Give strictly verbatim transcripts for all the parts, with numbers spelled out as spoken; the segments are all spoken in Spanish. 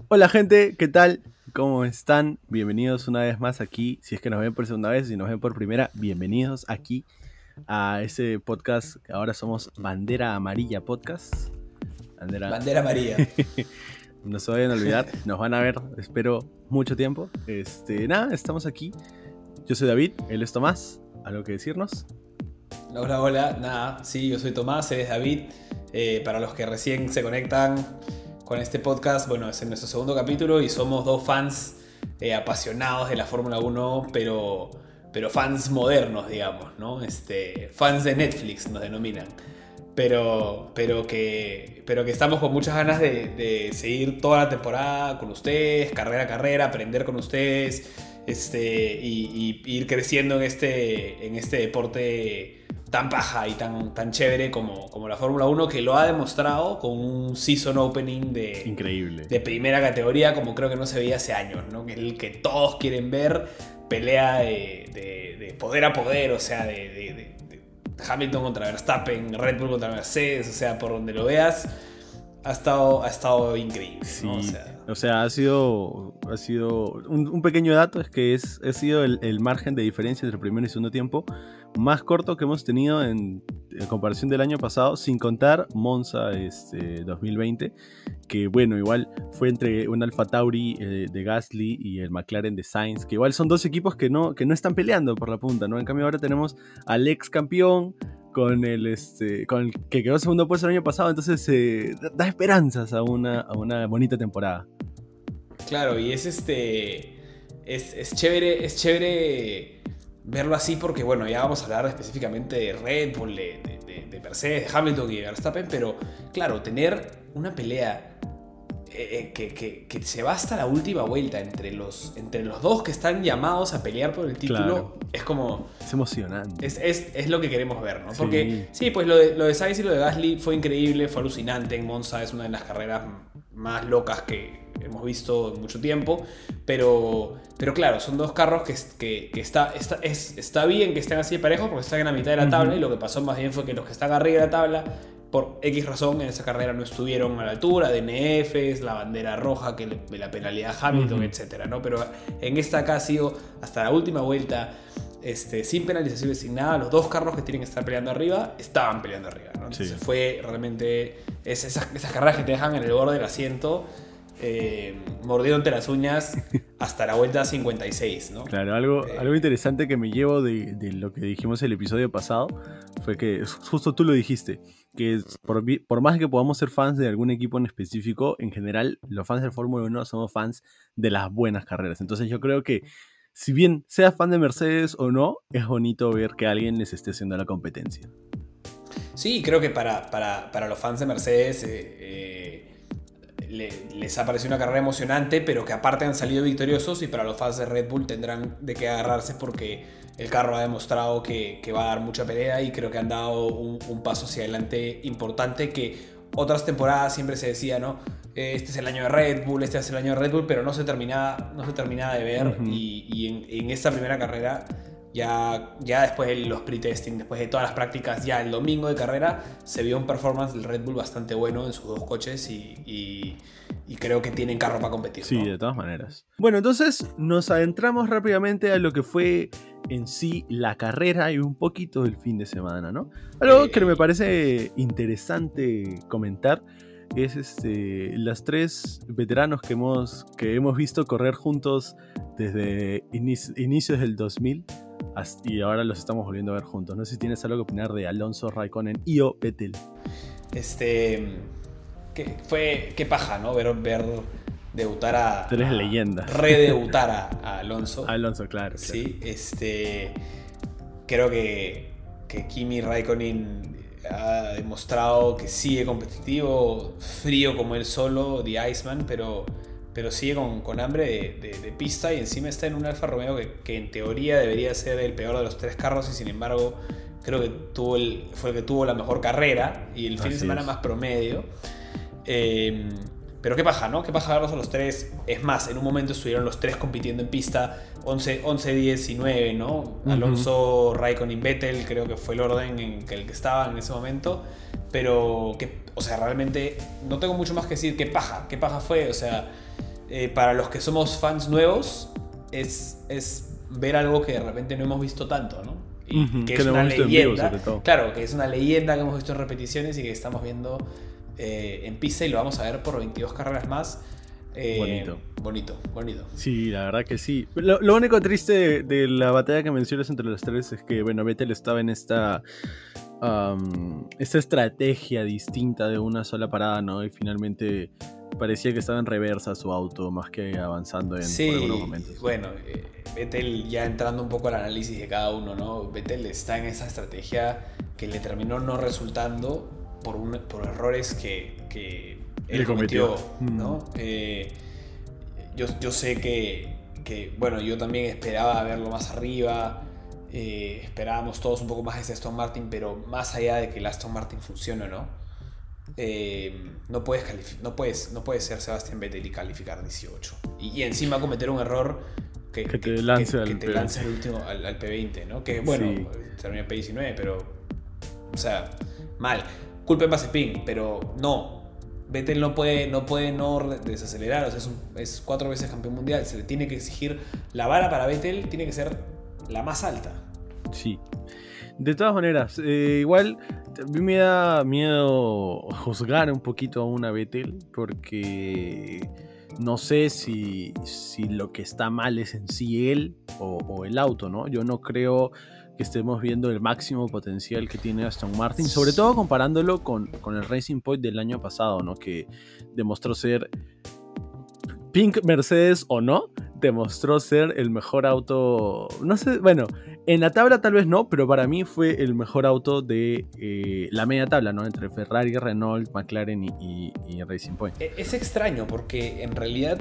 Hola gente, ¿qué tal? ¿Cómo están? Bienvenidos una vez más aquí. Si es que nos ven por segunda vez, si nos ven por primera, bienvenidos aquí a este podcast que ahora somos Bandera Amarilla Podcast. Bandera... Bandera María. No se vayan a olvidar, nos van a ver, espero, mucho tiempo. Este, nada, estamos aquí. Yo soy David, él es Tomás. ¿Algo que decirnos? Hola, hola. Nada, sí, yo soy Tomás, él es David. Eh, para los que recién se conectan con este podcast, bueno, es en nuestro segundo capítulo y somos dos fans eh, apasionados de la Fórmula uno, pero, pero fans modernos, digamos, ¿no? Este, fans de Netflix nos denominan. Pero, pero, que, pero que estamos con muchas ganas de, de seguir toda la temporada con ustedes, carrera a carrera, aprender con ustedes este, y, y ir creciendo en este, en este deporte tan paja y tan, tan chévere como, como la Fórmula uno, que lo ha demostrado con un season opening de, Increíble. de primera categoría como creo que no se veía hace años, ¿no? Que el que todos quieren ver, pelea de, de, de poder a poder, o sea, de, de, de Hamilton contra Verstappen, Red Bull contra Mercedes, o sea, por donde lo veas, ha estado, ha estado increíble, Sí, ¿no? O sea, o sea, ha sido, ha sido un, un pequeño dato, es que es, ha sido el, el margen de diferencia entre primero y segundo tiempo más corto que hemos tenido en, en comparación del año pasado, sin contar Monza este, dos mil veinte, que bueno, igual fue entre un Alfa Tauri eh, de Gasly y el McLaren de Sainz, que igual son dos equipos que no, que no están peleando por la punta, ¿no? En cambio ahora tenemos al ex campeón con el, este, con el que quedó segundo puesto el año pasado, entonces eh, da esperanzas a una, a una bonita temporada. claro, y es este. Es, es chévere, es chévere verlo así porque, bueno, ya vamos a hablar específicamente de Red Bull, de, de, de Mercedes, de Hamilton y de Verstappen, pero claro, tener una pelea eh, que, que, que se va hasta la última vuelta entre los, entre los dos que están llamados a pelear por el título, Claro. es como... Es emocionante. Es, es, es lo que queremos ver, ¿no? Sí. Porque sí, pues lo de, lo de Sainz y lo de Gasly fue increíble, fue alucinante. En Monza es una de las carreras más locas que hemos visto en mucho tiempo. Pero, pero claro, son dos carros que, que, que está, está, es, está bien que estén así de parejos porque están en la mitad de la tabla. Uh-huh. Y lo que pasó más bien fue que los que están arriba de la tabla, por X razón, en esa carrera no estuvieron a la altura. D N Fs, la bandera roja, que le, la penalidad a Hamilton, uh-huh. etcétera, ¿no? Pero en esta acá ha sido hasta la última vuelta. Este, sin penalización sin nada, los dos carros que tienen que estar peleando arriba estaban peleando arriba, ¿no? Entonces sí. Fue realmente es esas, esas carreras que te dejan en el borde del asiento, eh, mordiéndote las uñas hasta la vuelta cincuenta y seis, ¿no? Claro, algo, eh, algo interesante que me llevo de, de lo que dijimos el episodio pasado fue que justo tú lo dijiste, que por, por más que podamos ser fans de algún equipo en específico, en general los fans de Fórmula uno somos fans de las buenas carreras. Entonces yo creo que si bien seas fan de Mercedes o no, es bonito ver que alguien les esté haciendo la competencia. Sí, creo que para, para, para los fans de Mercedes eh, eh, le, les ha parecido una carrera emocionante, pero que aparte han salido victoriosos, y para los fans de Red Bull tendrán de qué agarrarse porque el carro ha demostrado que, que va a dar mucha pelea, y creo que han dado un, un paso hacia adelante importante que otras temporadas siempre se decía, ¿no? Este es el año de Red Bull, este es el año de Red Bull, pero no se terminaba, no se terminaba de ver. Uh-huh. Y, y en, en esta primera carrera, ya, ya después de los pre-testing, después de todas las prácticas, ya el domingo de carrera, se vio un performance del Red Bull bastante bueno en sus dos coches, y, y, y creo que tienen carro para competir, sí, ¿no? De todas maneras. Bueno, entonces nos adentramos rápidamente a lo que fue en sí la carrera y un poquito del fin de semana, ¿no? Algo eh, que me parece interesante comentar es este, las tres veteranos que hemos, que hemos visto correr juntos desde inicio, inicios del dos mil hasta, y ahora los estamos volviendo a ver juntos. No sé si tienes algo que opinar de Alonso, Raikkonen y o Vettel. Este, que fue, qué paja, ¿no? Ver, ver debutar a... Tres leyendas. Redebutar a, a Alonso. Alonso, claro. Sí, claro. este, creo que, que Kimi Raikkonen ha demostrado que sigue competitivo, frío como él solo, The Iceman, pero, pero sigue con, con hambre de, de, de pista, y encima está en un Alfa Romeo que, que en teoría debería ser el peor de los tres carros, y sin embargo creo que tuvo el, fue el que tuvo la mejor carrera y el fin Así de semana es. Más promedio. Eh, pero qué paja, ¿no? Qué paja verlos a los tres. Es más, en un momento estuvieron los tres compitiendo en pista, once, diez y nueve, ¿no? Uh-huh. Alonso, Raikkonen y Vettel, creo que fue el orden en el que estaban en ese momento. Pero, que, o sea, realmente no tengo mucho más que decir. Qué paja, qué paja fue. O sea, eh, para los que somos fans nuevos, es, es ver algo que de repente no hemos visto tanto, ¿no? Y uh-huh, que, que es lo una hemos visto leyenda, en vivo, sobre todo. Claro, que es una leyenda que hemos visto en repeticiones y que estamos viendo eh, en pista y lo vamos a ver por veintidós carreras más. Eh, bonito. Bonito, bonito. Sí, la verdad que sí. Lo, lo único triste de, de la batalla que mencionas entre los tres es que, bueno, Vettel estaba en esta... Um, esta estrategia distinta de una sola parada, ¿no? Y finalmente parecía que estaba en reversa su auto más que avanzando en sí, por algunos momentos. Bueno, eh, Vettel, ya entrando un poco al análisis de cada uno, ¿no? Vettel está en esa estrategia que le terminó no resultando por, un, por errores que, que él le cometió, cometió, ¿no? Mm. Eh, yo, yo sé que, que, bueno, yo también esperaba verlo más arriba. Eh, esperábamos todos un poco más de ese Aston Martin, pero más allá de que el Aston Martin funcione o no, eh, no, puedes calific- no, puedes, no puedes ser Sebastián Vettel y calificar dieciocho. Y, y encima cometer un error que, que te que, lance, que, al, que te P veinte. lance al, último, al, al P veinte, ¿no? Que bueno, sí. Termina el P diecinueve, pero. O sea, mal. Culpa en Mazepin, pero no. Vettel no puede no, puede no desacelerar, o sea, es, un, es cuatro veces campeón mundial. Se le tiene que exigir. La vara para Vettel tiene que ser la más alta. Sí. De todas maneras, eh, igual a mí me da miedo juzgar un poquito a una Vettel porque no sé si, si lo que está mal es en sí él o, o el auto, ¿no? Yo no creo que estemos viendo el máximo potencial que tiene Aston Martin, sobre todo comparándolo con, con el Racing Point del año pasado, ¿no? Que demostró ser Pink Mercedes o no, demostró ser el mejor auto, no sé, bueno, en la tabla tal vez no, pero para mí fue el mejor auto de eh, la media tabla, ¿no? Entre Ferrari, Renault, McLaren y, y, y Racing Point. Es extraño porque en realidad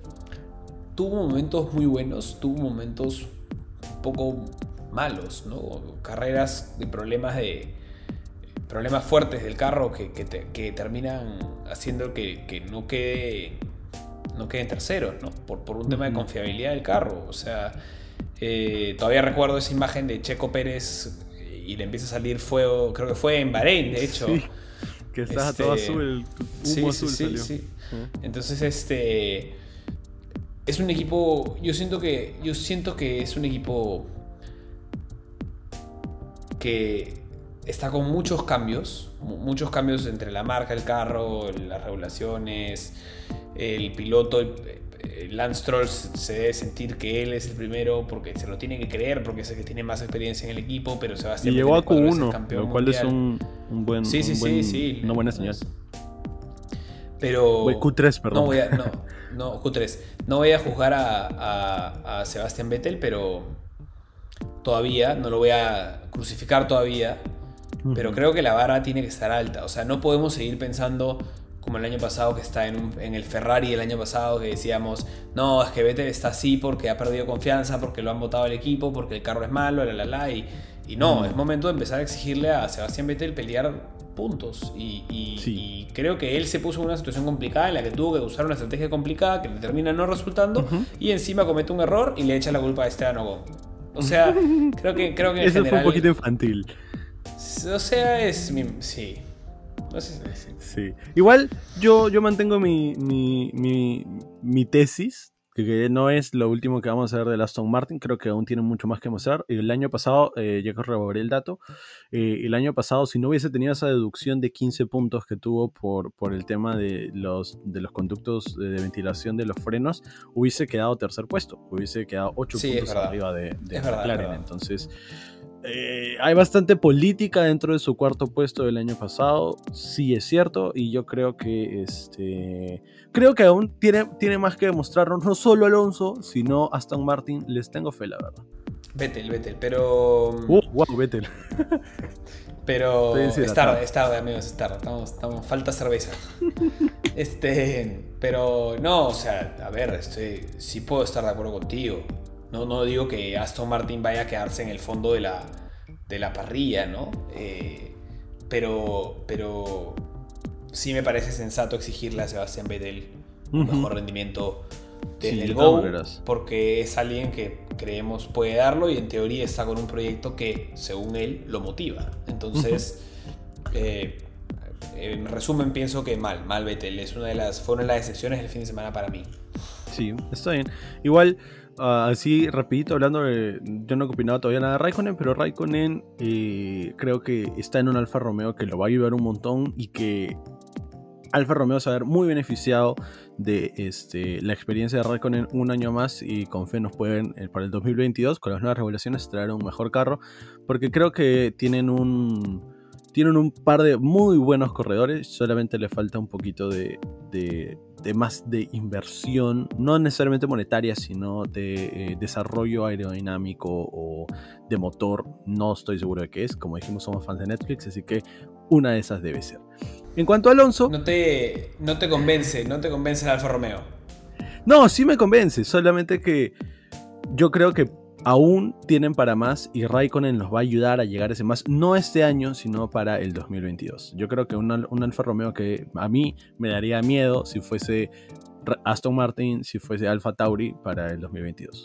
tuvo momentos muy buenos, tuvo momentos un poco malos, ¿no? Carreras de problemas de problemas fuertes del carro que, que, te, que terminan haciendo que, que no quede no queden terceros, ¿no? Por, por un tema de confiabilidad del carro. O sea, eh, todavía recuerdo esa imagen de Checo Pérez y le empieza a salir fuego, creo que fue en Bahrein, de hecho. Sí, que estaba este, todo azul, el humo sí, azul sí, salió. Sí, sí. Uh-huh. Entonces, este es un equipo, yo siento que yo siento que es un equipo que está con muchos cambios, muchos cambios entre la marca, el carro, las regulaciones, el piloto, el Lance Stroll se debe sentir que él es el primero porque se lo tiene que creer, porque es el que tiene más experiencia en el equipo, pero Sebastián y llegó a Q uno, lo cual mundial. es un, un buen, sí, sí, un buen, sí, sí, una buena señal. Pero Q tres, perdón. No voy a, no, no, Q tres. No voy a juzgar a, a, a Sebastián Vettel, pero todavía, no lo voy a crucificar todavía, uh-huh. Pero creo que la vara tiene que estar alta. O sea, no podemos seguir pensando como el año pasado, que está en, un, en el Ferrari el año pasado, que decíamos, no, es que Vettel está así porque ha perdido confianza, porque lo han votado el equipo, porque el carro es malo, la la la, y, y no, uh-huh. Es momento de empezar a exigirle a Sebastián Vettel pelear puntos, y, y, sí. y creo que él se puso en una situación complicada en la que tuvo que usar una estrategia complicada que le termina no resultando, uh-huh. Y encima comete un error y le echa la culpa a Esteban Ocon. O sea, creo que, creo que en eso general, fue un poquito infantil. O sea, es mi, sí. No sé si sí. Sí. Igual yo, yo mantengo mi, mi, mi, mi tesis, que, que no es lo último que vamos a ver del Aston Martin. Creo que aún tiene mucho más que mostrar. El año pasado, eh, ya corroboré el dato, eh, el año pasado, si no hubiese tenido esa deducción de quince puntos que tuvo por, por el tema de los, de los conductos de, de ventilación de los frenos, hubiese quedado tercer puesto, hubiese quedado ocho sí, puntos arriba de, de es McLaren. Verdad, Entonces... Eh, hay bastante política dentro de su cuarto puesto del año pasado, sí es cierto, y yo creo que este creo que aún tiene, tiene más que demostrarnos, no solo Alonso, sino Aston Martin. Les tengo fe, la verdad. Vettel, Vettel, pero... Uh, wow, Vettel. Pero es tarde, es tarde, amigos, es tarde, estamos, estamos, falta cerveza. Este, pero no, o sea, a ver, estoy, sí puedo estar de acuerdo contigo. No, no digo que Aston Martin vaya a quedarse en el fondo de la, de la parrilla, ¿no? Eh, pero, pero sí me parece sensato exigirle a Sebastián Vettel un uh-huh. mejor rendimiento desde sí, el Go, porque es alguien que creemos puede darlo y en teoría está con un proyecto que, según él, lo motiva. Entonces, uh-huh. eh, en resumen, pienso que mal, mal Vettel. Es una de las, fue una de las excepciones del fin de semana para mí. Sí, está bien. Igual, uh, así rapidito hablando, de, yo no he opinado todavía nada de Raikkonen, pero Raikkonen eh, creo que está en un Alfa Romeo que lo va a ayudar un montón y que Alfa Romeo se va a ver muy beneficiado de este, la experiencia de Raikkonen un año más, y con fe nos pueden eh, para el dos mil veintidós con las nuevas regulaciones traer un mejor carro, porque creo que tienen un tienen un par de muy buenos corredores, solamente le falta un poquito de, de, de más de inversión, no necesariamente monetaria, sino de eh, desarrollo aerodinámico o de motor. No estoy seguro de qué es, como dijimos somos fans de Netflix, así que una de esas debe ser. En cuanto a Alonso... No te, no te convence, no te convence el Alfa Romeo. No, sí me convence, solamente que yo creo que aún tienen para más y Raikkonen los va a ayudar a llegar a ese más, no este año, sino para el dos mil veintidós. Yo creo que un, un Alfa Romeo que a mí me daría miedo si fuese Aston Martin, si fuese Alfa Tauri para el dos mil veintidós.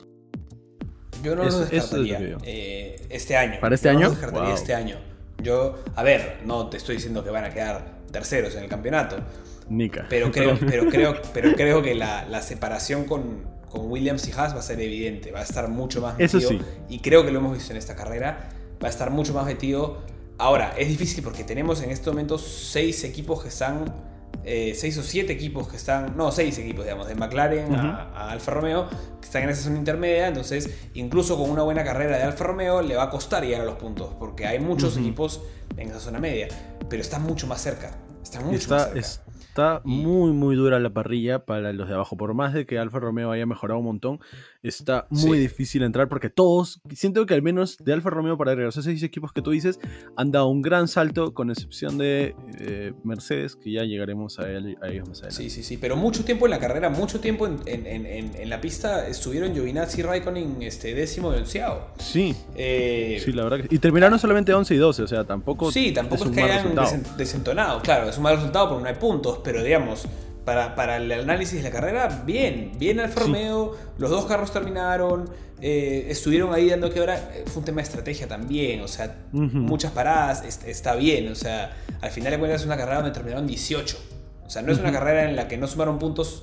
Yo no eso, lo descartaría es eh, este año. ¿Para este yo año? No lo descartaría Wow. este año. Yo, a ver, no te estoy diciendo que van a quedar terceros en el campeonato. Nica. Pero creo, pero creo, pero creo que la, la separación con, con Williams y Haas va a ser evidente. Va a estar mucho más metido. Eso sí. Y creo que lo hemos visto en esta carrera. Va a estar mucho más metido. Ahora, es difícil porque tenemos en este momento seis equipos que están... Eh, seis o siete equipos que están... No, seis equipos, digamos, de McLaren uh-huh. a, a Alfa Romeo, que están en esa zona intermedia. Entonces, incluso con una buena carrera de Alfa Romeo, le va a costar llegar a los puntos. Porque hay muchos uh-huh. equipos en esa zona media. Pero está mucho más cerca. Está mucho está, más cerca. Es... Está muy muy dura la parrilla para los de abajo. Por más de que Alfa Romeo haya mejorado un montón, está muy sí. difícil entrar porque todos, siento que al menos de Alfa Romeo para agregar esos seis equipos que tú dices, han dado un gran salto, con excepción de eh, Mercedes, que ya llegaremos a, él, a ellos más adelante. Sí, sí, sí, pero mucho tiempo en la carrera, mucho tiempo en, en, en, en la pista estuvieron Giovinazzi y Raikkonen este, décimo y onceavo. Sí, eh, sí, la verdad que... Y terminaron solamente once y doce, o sea, tampoco... Sí, tampoco es, es que hayan desentonado, claro, es un mal resultado porque no hay puntos, pero digamos, para, para el análisis de la carrera, bien, bien Alfa Romeo, sí. Los dos carros terminaron, eh, estuvieron ahí dando que ahora, fue un tema de estrategia también, o sea, uh-huh. muchas paradas, est- está bien, o sea, al final de cuentas es una carrera donde terminaron dieciocho, o sea, no es uh-huh. una carrera en la que no sumaron puntos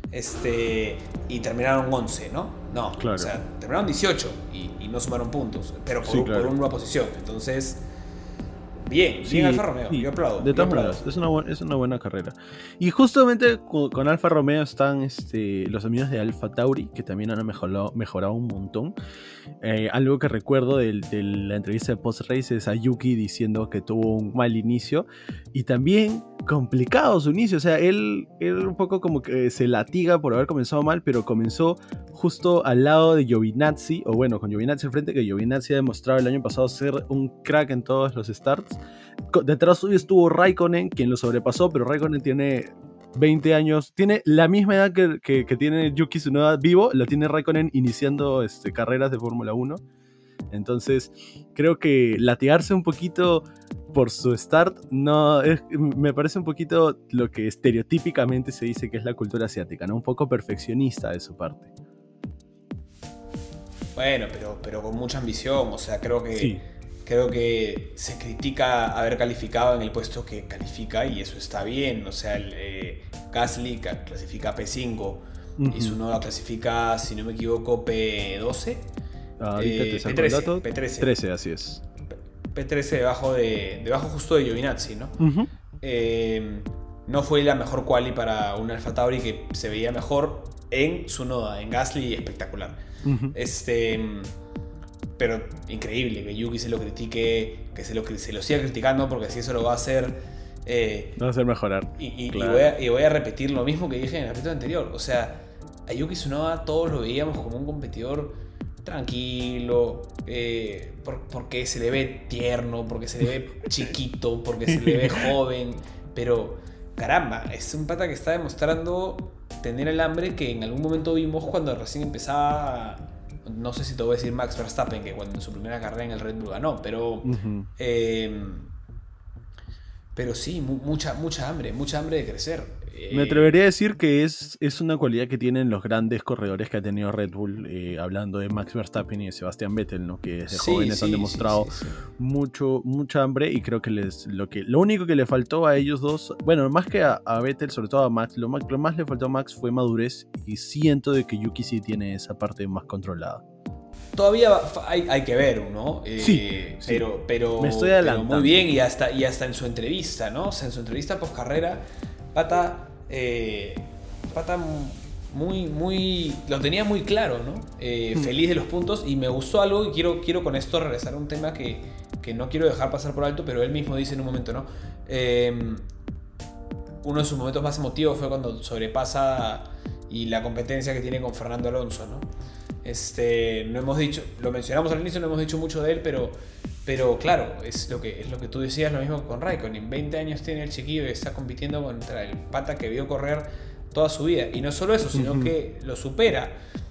este, y terminaron once, ¿no? No, claro. O sea, terminaron dieciocho y, y no sumaron puntos, pero por, sí, claro. por una posición, entonces... Bien, sí, bien Alfa Romeo, sí, yo aplaudo. De todas maneras, es una, bu- es una buena carrera. Y justamente con, con Alfa Romeo están este, los amigos de Alfa Tauri, que también han mejorado, mejorado un montón. Eh, algo que recuerdo de, de la entrevista de post-race es a Yuki diciendo que tuvo un mal inicio y también complicado su inicio. O sea, él, él un poco como que se latiga por haber comenzado mal, pero comenzó justo al lado de Giovinazzi, o bueno, con Giovinazzi al frente, que Giovinazzi ha demostrado el año pasado ser un crack en todos los starts. Detrás suyo estuvo Raikkonen, quien lo sobrepasó, pero Raikkonen tiene veinte años, tiene la misma edad que, que, que tiene Yuki Tsunoda vivo, la tiene Raikkonen iniciando este, carreras de Fórmula uno. Entonces, creo que latigarse un poquito por su start no es, me parece un poquito lo que estereotípicamente se dice que es la cultura asiática, ¿no? Un poco perfeccionista de su parte. Bueno, pero, pero con mucha ambición, o sea, creo que... Sí. Creo que se critica haber calificado en el puesto que califica y eso está bien. O sea, el, eh, Gasly clasifica P cinco uh-huh. y Tsunoda clasifica, si no me equivoco, P doce. Ah, eh, P trece, P trece. trece, así es. P trece debajo, de, debajo justo de Giovinazzi, ¿no? Uh-huh. Eh, no fue la mejor quali para un Alfa Tauri que se veía mejor en Tsunoda, en Gasly espectacular. Uh-huh. Este... Pero increíble que Yuki se lo critique, que se lo, se lo siga criticando, porque así eso lo va a hacer... Eh, va a hacer mejorar. Y, y, claro. y, voy a, y voy a repetir lo mismo que dije en el capítulo anterior. O sea, a Yuki Tsunoda todos lo veíamos como un competidor tranquilo, eh, por, porque se le ve tierno, porque se le ve chiquito, porque se le ve joven. Pero, caramba, es un pata que está demostrando tener el hambre que en algún momento vimos cuando recién empezaba... No sé si te voy a decir Max Verstappen, que cuando en su primera carrera en el Red Bull ganó, pero uh-huh. eh, pero sí, mu- mucha, mucha hambre, mucha hambre de crecer. Me atrevería a decir que es, es una cualidad que tienen los grandes corredores que ha tenido Red Bull, eh, hablando de Max Verstappen y de Sebastian Vettel, ¿no? Que desde sí, jóvenes sí, han demostrado sí, sí, sí. mucho mucha hambre, y creo que les lo que lo único que le faltó a ellos dos, bueno, más que a, a Vettel, sobre todo a Max, lo más, lo más le faltó a Max fue madurez, y siento de que Yuki sí tiene esa parte más controlada. Todavía hay, hay que ver, ¿no? Eh, sí, pero, sí. pero, Me estoy pero muy bien, y hasta, y hasta en su entrevista, ¿no? O sea, en su entrevista post carrera, Pata Eh, Pata muy, muy, lo tenía muy claro, ¿no? Eh, mm. Feliz de los puntos, y me gustó algo, y quiero, quiero con esto regresar a un tema que, que no quiero dejar pasar por alto, pero él mismo dice en un momento, ¿no? Eh, uno de sus momentos más emotivos fue cuando sobrepasa y la competencia que tiene con Fernando Alonso, ¿no? Este, no hemos dicho, lo mencionamos al inicio, no hemos dicho mucho de él, pero Pero claro, es lo que, es lo que tú decías, lo mismo con Raikkonen. veinte años tiene el chiquillo y está compitiendo contra el pata que vio correr toda su vida. Y no solo eso, sino uh-huh. que lo supera.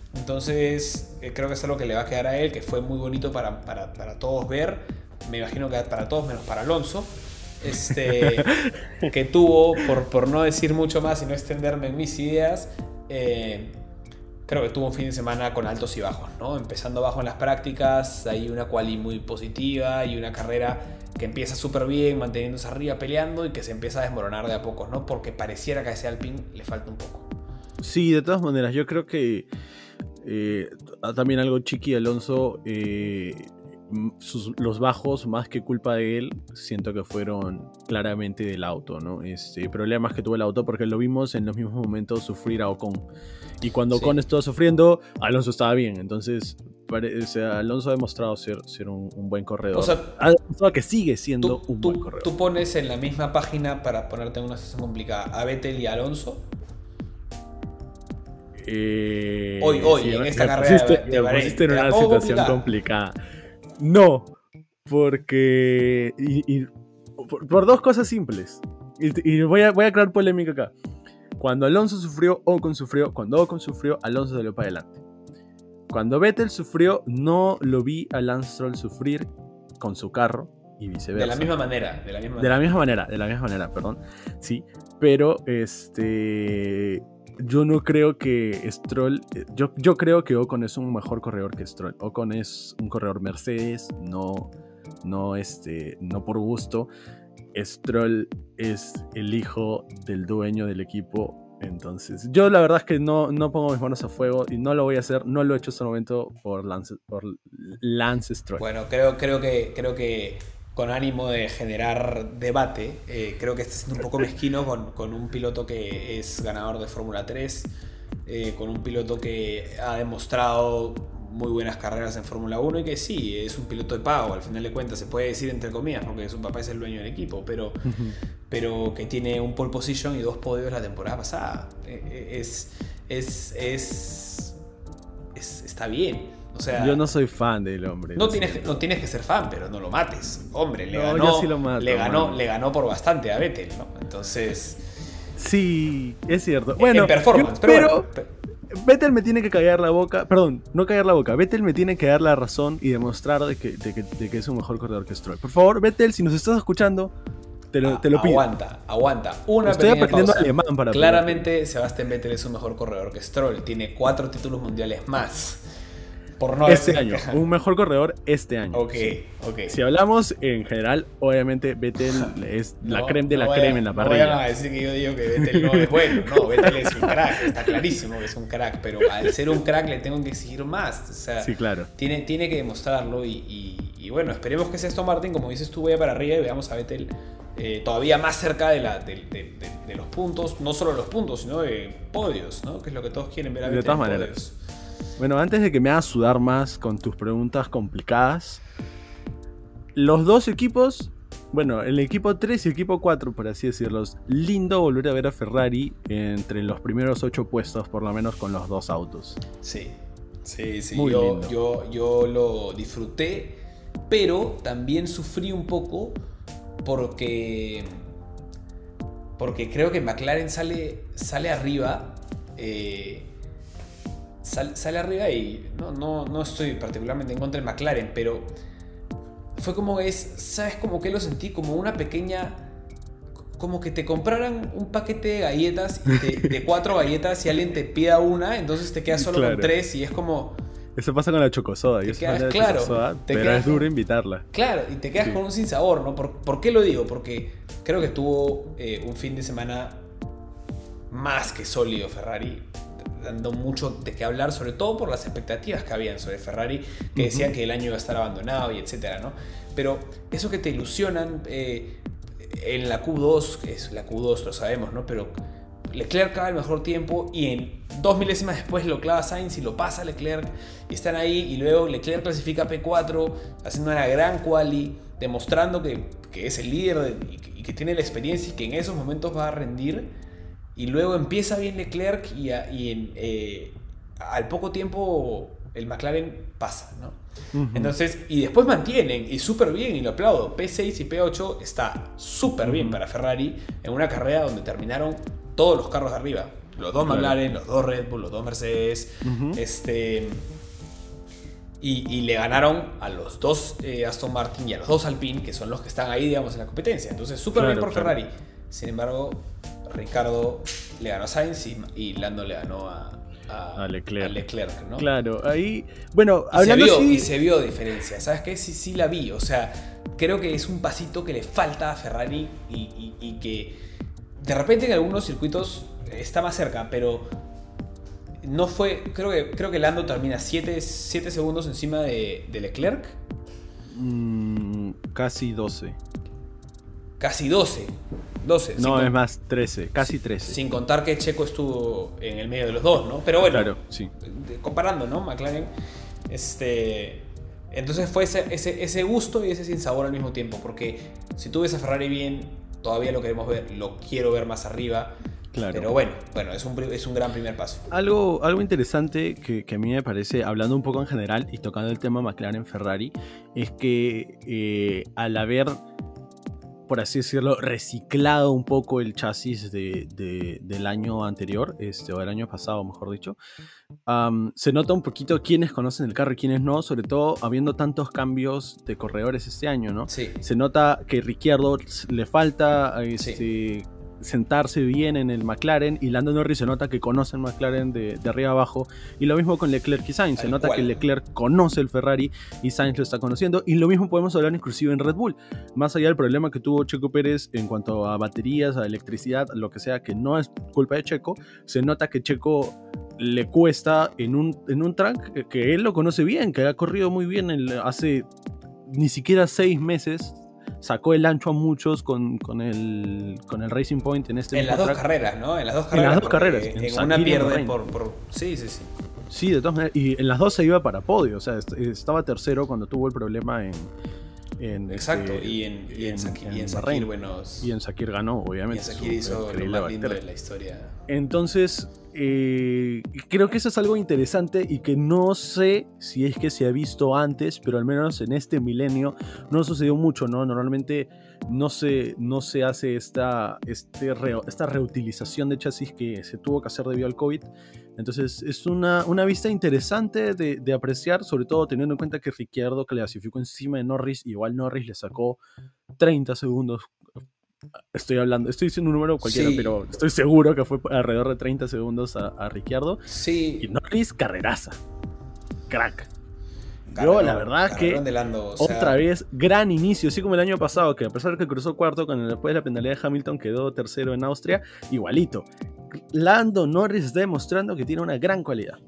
Entonces, eh, creo que es algo que le va a quedar a él, que fue muy bonito para, para, para todos ver. Me imagino que para todos, menos para Alonso. Este, que tuvo, por, por no decir mucho más y no extenderme en mis ideas, eh, creo que tuvo un fin de semana con altos y bajos, ¿no? Empezando bajo en las prácticas, hay una quali muy positiva y una carrera que empieza súper bien, manteniéndose arriba, peleando, y que se empieza a desmoronar de a pocos, ¿no? Porque pareciera que a ese Alpine le falta un poco. Sí, de todas maneras, yo creo que eh, también algo Chiqui Alonso, eh, sus, los bajos, más que culpa de él, siento que fueron claramente del auto, ¿no? Este, problemas que tuvo el auto, porque lo vimos en los mismos momentos sufrir a Ocon. Y cuando sí. Ocon estaba sufriendo, Alonso estaba bien. Entonces, pare, o sea, Alonso ha demostrado ser, ser un, un buen corredor. O sea, ha demostrado que sigue siendo tú, un tú, buen corredor. Tú pones en la misma página, para ponerte en una situación complicada, a Vettel y a Alonso. Eh, hoy, hoy, sí, en esta me carrera pusiste, de, de Bahrein. Me pusiste en una situación complicada. complicada. No, porque... Y, y, por, por dos cosas simples. Y, y voy, a, voy a crear polémica acá. Cuando Alonso sufrió, Ocon sufrió. Cuando Ocon sufrió, Alonso salió para adelante. Cuando Vettel sufrió, no lo vi a Lance Stroll sufrir con su carro, y viceversa. De la misma manera. De la misma, de la misma manera, de la misma manera, perdón. Sí, pero este... Yo no creo que Stroll... Yo, yo creo que Ocon es un mejor corredor que Stroll. Ocon es un corredor Mercedes, no, no, este, no por gusto. Stroll es el hijo del dueño del equipo. Entonces, yo la verdad es que no, no pongo mis manos a fuego, y no lo voy a hacer. No lo he hecho hasta el momento por Lance, por Lance Stroll. Bueno, creo, creo que... Creo que... con ánimo de generar debate, eh, creo que está siendo un poco mezquino con, con un piloto que es ganador de Fórmula tres, eh, con un piloto que ha demostrado muy buenas carreras en Fórmula uno, y que sí, es un piloto de pago, al final de cuentas, se puede decir entre comillas, porque su papá es el dueño del equipo, pero, uh-huh. pero que tiene un pole position y dos podios la temporada pasada. Eh, es, es, es, es, está bien. O sea, yo no soy fan del hombre. No tienes, no tienes que ser fan, pero no lo mates. Hombre, le no, ganó, yo sí lo mato, le, ganó le ganó por bastante a Vettel, ¿no? Entonces... Sí, es cierto. Bueno, en performance, yo, pero, pero bueno. Vettel me tiene que callar la boca. Perdón, no callar la boca. Vettel me tiene que dar la razón y demostrar de que, de que, de que es un mejor corredor que Stroll. Por favor, Vettel, si nos estás escuchando, te lo, ah, te lo pido. Aguanta, aguanta. Una Estoy pequeña aprendiendo pausa. Alemán para Claramente, aprender. Sebastian Vettel es un mejor corredor que Stroll. Tiene cuatro títulos mundiales más. Por no este decir... año, un mejor corredor este año. Ok, sí. ok. Si hablamos en general, obviamente Vettel es no, la creme de no la vaya, creme en la parrilla. No vayan a decir que yo digo que Vettel no es bueno. No, Vettel es un crack, está clarísimo que es un crack, pero al ser un crack le tengo que exigir más. O sea, sí, claro. Tiene, tiene que demostrarlo y, y, y bueno, esperemos que sea Aston Martin, como dices tú, vaya para arriba y veamos a Vettel eh, todavía más cerca de, la, de, de, de, de los puntos, no solo los puntos, sino de podios, ¿no? Que es lo que todos quieren ver a Vettel. De todas maneras. Podios. Bueno, antes de que me hagas sudar más con tus preguntas complicadas, los dos equipos, bueno, el equipo tres y el equipo cuatro, por así decirlo, lindo volver a ver a Ferrari entre los primeros ocho puestos, por lo menos con los dos autos. Sí, sí, sí, Muy yo, lindo. yo, yo lo disfruté, pero también sufrí un poco porque, porque creo que McLaren sale, sale arriba. Eh, Sal, sale arriba y no, no, no estoy particularmente en contra de McLaren, pero fue como es, ¿sabes? Como que lo sentí como una pequeña, como que te compraran un paquete de galletas de, de cuatro galletas y alguien te pida una, entonces te quedas solo claro. con tres y es como... Eso pasa con la chocosoda, y eso quedas, la claro, chocosoda, te pero quedas, es duro invitarla. Claro, y te quedas sí. con un sinsabor, ¿no? ¿Por, ¿Por qué lo digo? Porque creo que tuvo eh, un fin de semana más que sólido Ferrari, dando mucho de qué hablar, sobre todo por las expectativas que habían sobre Ferrari, que decían uh-huh. que el año iba a estar abandonado y etcétera, ¿no? Pero eso que te ilusionan eh, en la Q dos, que es la Q dos, lo sabemos, ¿no? Pero Leclerc acaba el mejor tiempo y en dos milésimas después lo clava Sainz y lo pasa Leclerc y están ahí, y luego Leclerc clasifica a P cuatro haciendo una gran quali, demostrando que, que es el líder de, y, que, y que tiene la experiencia y que en esos momentos va a rendir, y luego empieza bien Leclerc y, a, y en, eh, al poco tiempo el McLaren pasa, ¿no? Uh-huh. Entonces, y después mantienen, y súper bien, y lo aplaudo. P seis y P ocho está súper uh-huh. bien para Ferrari en una carrera donde terminaron todos los carros de arriba. Los dos claro. McLaren, los dos Red Bull, los dos Mercedes. Uh-huh. Este, y, y le ganaron a los dos eh, Aston Martin y a los dos Alpine, que son los que están ahí, digamos, en la competencia. Entonces, súper claro, bien por claro. Ferrari. Sin embargo, Ricardo le ganó a Sainz y, y Lando le ganó a... A, a, Leclerc. a Leclerc, ¿no? Claro, ahí... Bueno, y hablando se vio, así... Y se vio diferencia, ¿sabes qué? Sí, sí la vi, o sea, creo que es un pasito que le falta a Ferrari y, y, y que de repente en algunos circuitos está más cerca, pero no fue... Creo que, creo que Lando termina siete segundos encima de, de Leclerc. Mm, casi doce. Casi doce. doce. No, es más, trece, casi trece. Sin contar que Checo estuvo en el medio de los dos, ¿no? Pero bueno, claro, sí. comparando, ¿no? McLaren. Este, entonces fue ese, ese, ese gusto y ese sinsabor al mismo tiempo. Porque si tú ves a Ferrari bien, todavía lo queremos ver, lo quiero ver más arriba. Claro. Pero bueno, bueno es, un, es un gran primer paso. Algo, algo interesante que, que a mí me parece, hablando un poco en general y tocando el tema McLaren-Ferrari, es que eh, al haber, por así decirlo, reciclado un poco el chasis de, de, del año anterior, este, o del año pasado, mejor dicho, um, se nota un poquito quiénes conocen el carro y quiénes no, sobre todo habiendo tantos cambios de corredores este año, ¿no? Sí. Se nota que Ricciardo le falta este, sí. sentarse bien en el McLaren, y Lando Norris se nota que conoce el McLaren de, de arriba abajo, y lo mismo con Leclerc y Sainz, se nota que Leclerc conoce el Ferrari y Sainz lo está conociendo, y lo mismo podemos hablar inclusive en Red Bull, más allá del problema que tuvo Checo Pérez en cuanto a baterías, a electricidad, lo que sea, que no es culpa de Checo, se nota que Checo le cuesta en un, en un track que él lo conoce bien, que ha corrido muy bien el, hace ni siquiera seis meses. Sacó el ancho a muchos con, con, el, con el Racing Point en este En las dos track. carreras, ¿no? En las dos carreras. En las dos carreras. En, en en una pierde por, por... Sí, sí, sí. Sí, de todas maneras. Y en las dos se iba para podio. O sea, estaba tercero cuando tuvo el problema en... en Exacto. Este, y en, y en, en, Sakir, en y en Sakir, bueno... Y en Sakir ganó, obviamente. Y en Sakir hizo lo más lindo de la historia. Entonces, eh, creo que eso es algo interesante y que no sé si es que se ha visto antes, pero al menos en este milenio no sucedió mucho, ¿no? Normalmente no se, no se hace esta, este re, esta reutilización de chasis que se tuvo que hacer debido al COVID. Entonces es una, una vista interesante de, de apreciar, sobre todo teniendo en cuenta que Ricciardo clasificó encima de Norris, y igual Norris le sacó treinta segundos. Estoy hablando, estoy diciendo un número cualquiera, sí. Pero estoy seguro que fue alrededor de treinta segundos a, a Ricciardo. Sí. Y Norris, carreraza. Crack. Yo, la verdad que Lando, o sea... otra vez, gran inicio, así como el año pasado, que a pesar de que cruzó cuarto, cuando después de la penalidad de Hamilton quedó tercero en Austria, igualito. Lando Norris está demostrando que tiene una gran cualidad.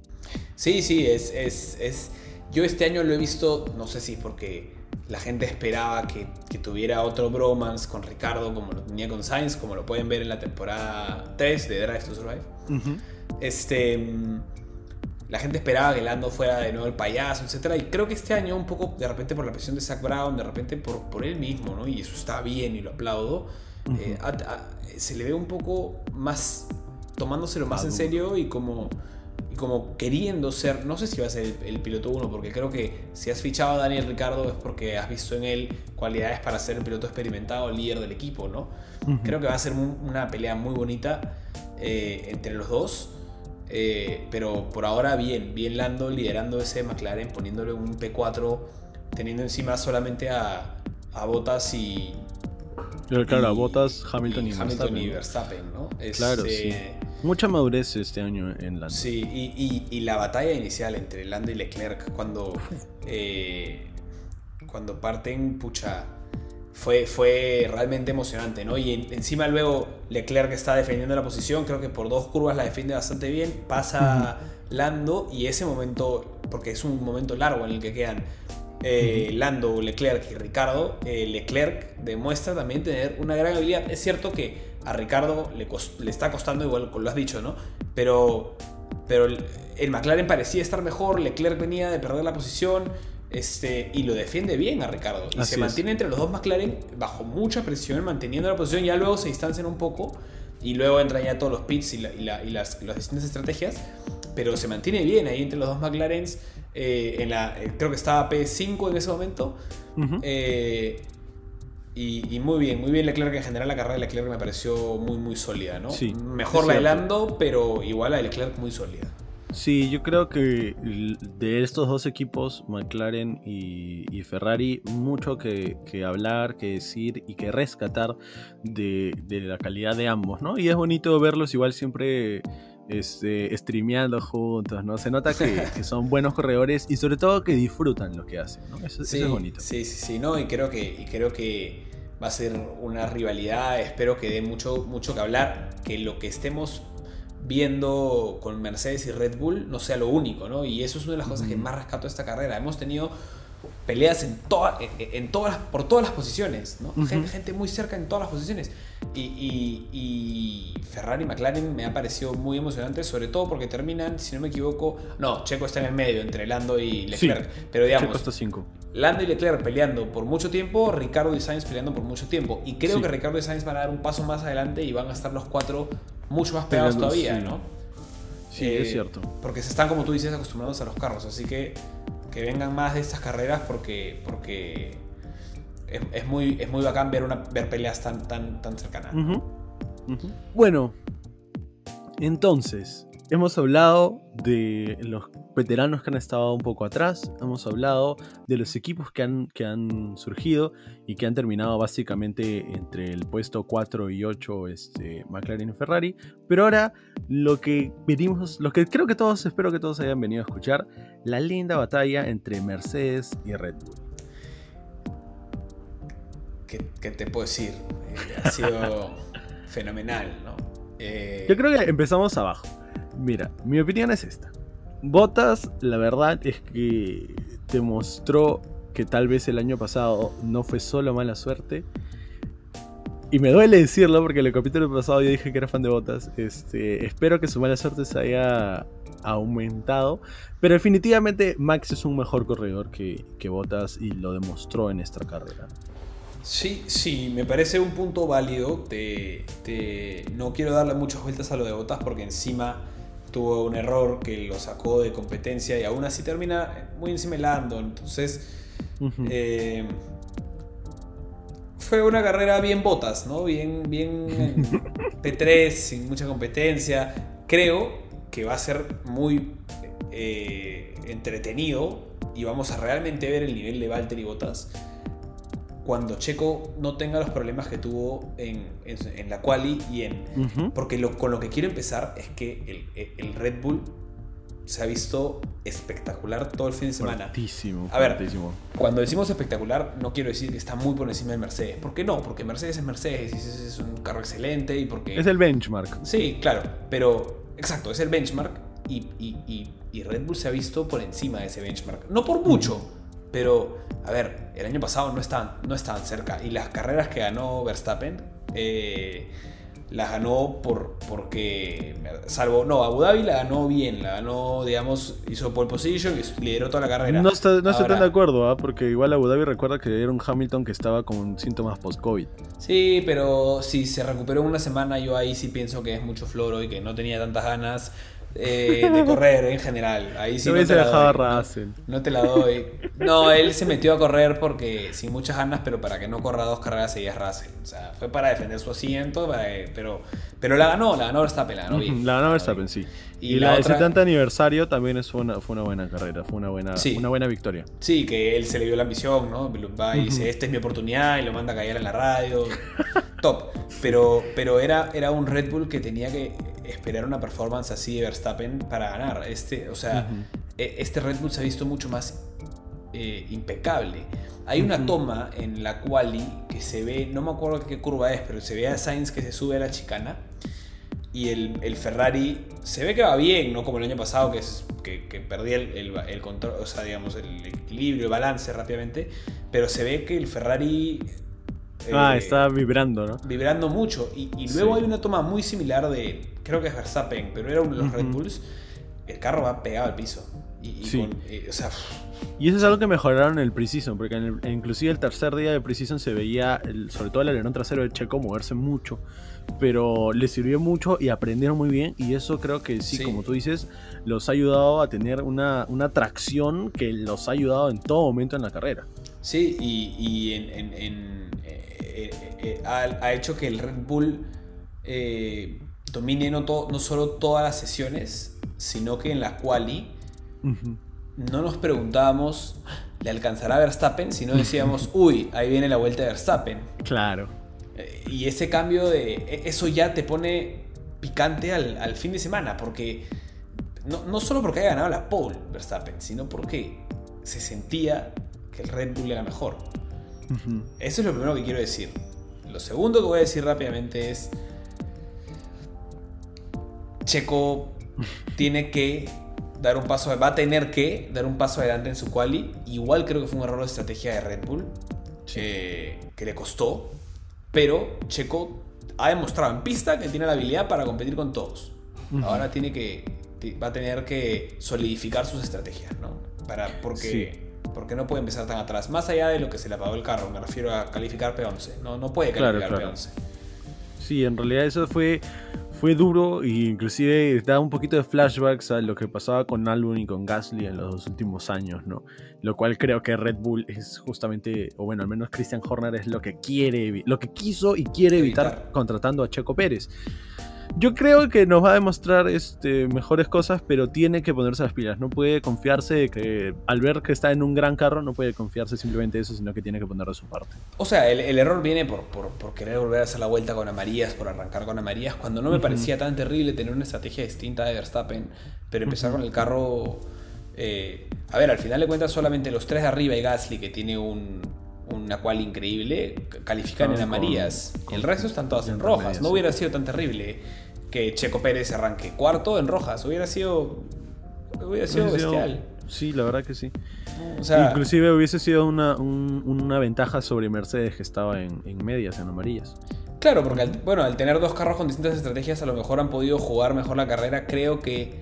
Sí, sí, es, es, es... Yo este año lo he visto, no sé si porque la gente esperaba que, que tuviera otro bromance con Ricardo, como lo tenía con Sainz, como lo pueden ver en la temporada tres de Drive to Survive. Uh-huh. Este... La gente esperaba que Lando fuera de nuevo el payaso, etcétera. Y creo que este año, un poco de repente por la presión de Zak Brown, de repente por, por él mismo, ¿no? Y eso está bien y lo aplaudo. Uh-huh. eh, a, a, se le ve un poco más tomándoselo más ah, en serio y como, y como queriendo ser. No sé si va a ser el, el piloto uno, porque creo que si has fichado a Daniel Ricciardo es porque has visto en él cualidades para ser el piloto experimentado, el líder del equipo, ¿no? Uh-huh. Creo que va a ser un, una pelea muy bonita eh, entre los dos. Eh, pero por ahora bien, bien Lando liderando ese McLaren, poniéndole un P cuatro, teniendo encima solamente a, a Bottas y, Pero claro, Y- Bottas, Hamilton y, y Hamilton Verstappen. y Verstappen, ¿no? Claro, Este, sí. Mucha madurez este año en la. Sí, y, y- y la batalla inicial entre Lando y Leclerc cuando, eh, cuando parten, pucha, fue, fue realmente emocionante, ¿no? Y en- encima luego Leclerc está defendiendo la posición, creo que por dos curvas la defiende bastante bien, pasa Lando y ese momento, porque es un momento largo en el que quedan eh, Lando, Leclerc y Ricardo, eh, Leclerc demuestra también tener una gran habilidad. Es cierto que a Ricardo le, cost- le está costando, igual lo has dicho, ¿no? Pero, pero el, el McLaren parecía estar mejor, Leclerc venía de perder la posición este, y lo defiende bien a Ricardo. Y Así se es. mantiene entre los dos McLaren bajo mucha presión, manteniendo la posición. Ya luego se distancian un poco y luego entran ya todos los pits y, la- y la- y las, las distintas estrategias. Pero se mantiene bien ahí entre los dos McLarens. Eh, en la, eh, creo que estaba P cinco en ese momento. Ujú. Eh, y, y muy bien, muy bien Leclerc en general. La carrera de Leclerc me pareció muy, muy sólida, ¿no? Sí, Mejor es la de cierto. Lando, pero igual la de Leclerc muy sólida. Sí, yo creo que l- de estos dos equipos, McLaren y, y Ferrari, mucho que, que hablar, que decir y que rescatar de, de la calidad de ambos, ¿no? Y es bonito verlos igual siempre este, streameando juntos, ¿no? Se nota que, que son buenos corredores y sobre todo que disfrutan lo que hacen, ¿no? Eso, Sí, eso es bonito. sí, sí, sí, no, y creo que, y creo que va a ser una rivalidad, espero que dé mucho, mucho que hablar, que lo que estemos viendo con Mercedes y Red Bull no sea lo único, ¿no? Y eso es una de las cosas que más rescato de esta carrera. Hemos tenido peleas en, toda, en, en todas las, por todas las posiciones, ¿no? Ujú. gente, gente muy cerca en todas las posiciones. Y, y, y Ferrari y McLaren me ha parecido muy emocionante, sobre todo porque terminan, si no me equivoco, no, Checo está en el medio entre Lando y Leclerc, Sí, pero digamos, Checo hasta cinco. Lando y Leclerc peleando por mucho tiempo, Ricardo y Sainz peleando por mucho tiempo. Y creo Sí. que Ricardo y Sainz van a dar un paso más adelante y van a estar los cuatro mucho más pegados Peleando, todavía, sí. ¿no? Sí, Eh, es cierto. Porque se están, como tú dices, acostumbrados a los carros. Así que que vengan más de estas carreras porque, porque es, es muy, es muy bacán ver, una, ver peleas tan, tan, tan cercanas. Ujú, ujú. Bueno, entonces, hemos hablado de los veteranos que han estado un poco atrás, hemos hablado de los equipos que han, que han surgido y que han terminado básicamente entre el puesto cuatro y ocho, este, McLaren y Ferrari, pero ahora lo que venimos, lo que creo que todos, espero que todos hayan venido a escuchar, la linda batalla entre Mercedes y Red Bull. ¿Qué, qué te puedo decir? Eh, ha sido fenomenal, ¿no? Eh, Yo creo que empezamos abajo. Mira, mi opinión es esta. Bottas, la verdad es que demostró que tal vez el año pasado no fue solo mala suerte. Y me duele decirlo porque en el capítulo pasado yo dije que era fan de Bottas. Este, espero que su mala suerte se haya aumentado. Pero definitivamente Max es un mejor corredor que, que Bottas y lo demostró en esta carrera. Sí, sí, me parece un punto válido. Te, te- No quiero darle muchas vueltas a lo de Bottas porque encima tuvo un error que lo sacó de competencia y aún así termina muy encima de Lando. Entonces, Ujú. eh, fue una carrera bien Bottas, ¿no? Bien, bien en P tres, sin mucha competencia. Creo que va a ser muy eh, entretenido y vamos a realmente ver el nivel de Valtteri Bottas cuando Checo no tenga los problemas que tuvo en, en, en la quali y en... Ujú. Porque lo, con lo que quiero empezar es que el, el Red Bull se ha visto espectacular todo el fin de semana. Fuertísimo, A ver, fuertísimo. Cuando decimos espectacular, no quiero decir que está muy por encima del Mercedes. ¿Por qué no? Porque Mercedes es Mercedes y es, es un carro excelente y porque... Es el benchmark. Sí, claro, pero exacto, es el benchmark y, y, y, y Red Bull se ha visto por encima de ese benchmark. No por mucho, pero a ver, el año pasado no estaban, no estaban cerca y las carreras que ganó Verstappen eh, las ganó por, porque, salvo, no, Abu Dhabi la ganó bien, la ganó, digamos, hizo pole position y lideró toda la carrera. No, está- no estoy Ahora- tan de acuerdo, ¿ah? Porque igual Abu Dhabi recuerda que era un Hamilton que estaba con síntomas post-COVID. Sí, pero si se recuperó en una semana, yo ahí sí pienso que es mucho floro y que no tenía tantas ganas. Eh, de correr en general. Ahí sí Te no hubiese te la dejado doy. a No, Russell. no te la doy. No, él se metió a correr porque sin muchas ganas, pero para que no corra dos carreras seguidas Russell. O sea, fue para defender su asiento, para que- pero, pero la ganó, la ganó Verstappen, la ganó bien. Ujú, la ganó ganó Verstappen, bien. sí. Y Y, la la del otra- setenta aniversario también es una, fue una buena carrera, fue una buena, Sí. una buena victoria. Sí, que él se le vio la ambición, ¿no? Va y dice, Ujú. esta es mi oportunidad, y lo manda a callar en la radio. Top. Pero, pero era, era un Red Bull que tenía que esperar una performance así de Verstappen para ganar. Este, o sea, Ujú. e- este Red Bull se ha visto mucho más eh, impecable. Hay una Ujú. toma en la quali que se ve, no me acuerdo qué curva es, pero se ve a Sainz que se sube a la chicana y el, el Ferrari se ve que va bien, no como el año pasado que, es, que, que perdía el, el, el control, o sea, digamos, el equilibrio, el balance rápidamente, pero se ve que el Ferrari Ah, eh, está vibrando, ¿no? vibrando mucho. Y, y luego Sí. hay una toma muy similar de, creo que es Verstappen, pero era uno de los Ujú. Red Bulls. El carro va pegado al piso. Y, y Sí. con- eh, o sea, Y eso es algo que mejoraron en el Precision, porque en el- inclusive el tercer día de Precision se veía, el- sobre todo el alerón trasero de Checo, moverse mucho, pero le sirvió mucho y aprendieron muy bien, y eso creo que sí, Sí. como tú dices, los ha ayudado a tener una, una tracción que los ha ayudado en todo momento en la carrera. sí, y, y en, en- en, eh, eh, eh, ha, ha hecho que el Red Bull eh, domine no, to- no solo todas las sesiones, sino que en la quali Ujú. no nos preguntábamos, ¿le alcanzará a Verstappen? Sino decíamos, uy, ahí viene la vuelta de Verstappen. Claro. Eh, Y ese cambio de... e- Eso ya te pone picante al, al fin de semana, porque no, no solo porque haya ganado la pole Verstappen, sino porque se sentía que el Red Bull era mejor. Ujú. Eso es lo primero que quiero decir. Lo segundo que voy a decir rápidamente es... Checo tiene que dar un paso... Va a tener que dar un paso adelante en su quali. Igual creo que fue un error de estrategia de Red Bull. Sí. eh, que le costó. Pero Checo ha demostrado en pista que tiene la habilidad para competir con todos. Ujú. Ahora tiene que... ti- Va a tener que solidificar sus estrategias, ¿no? Para, porque... Porque no puede empezar tan atrás. Más allá de lo que se le apagó el carro, me refiero a calificar P once. No, no puede Claro, calificar claro. P once. Sí, en realidad eso fue, fue duro e inclusive da un poquito de flashbacks a lo que pasaba con Albon y con Gasly en los dos últimos años, ¿no? Lo cual creo que Red Bull es justamente, o bueno, al menos Christian Horner es lo que quiere, evi- lo que quiso y quiere evitar, Evitar. contratando a Checo Pérez. Yo creo que nos va a demostrar este, mejores cosas, pero tiene que ponerse las pilas. No puede confiarse de que al ver que está en un gran carro, no puede confiarse simplemente eso, sino que tiene que poner de su parte. O sea, el, el error viene por, por, por querer volver a hacer la vuelta con amarillas, por arrancar con amarillas, cuando no me Ujú. parecía tan terrible tener una estrategia distinta de Verstappen, pero empezar Ujú. con el carro... eh, a ver, al final de cuentas solamente los tres de arriba y Gasly, que tiene un, una quali increíble, c- califican en Están con- amarillas. con- el resto están todas en en rojas. medias, No sí. hubiera sido tan terrible que Checo Pérez arranque cuarto en rojas. Hubiera sido... Hubiera sido Hubiese sido- bestial. Sí, la verdad que sí. O sea, Inclusive hubiese sido una, un- una ventaja sobre Mercedes que estaba en, en medias, en amarillas. claro, porque al, bueno, al tener dos carros con distintas estrategias, a lo mejor han podido jugar mejor la carrera. Creo que.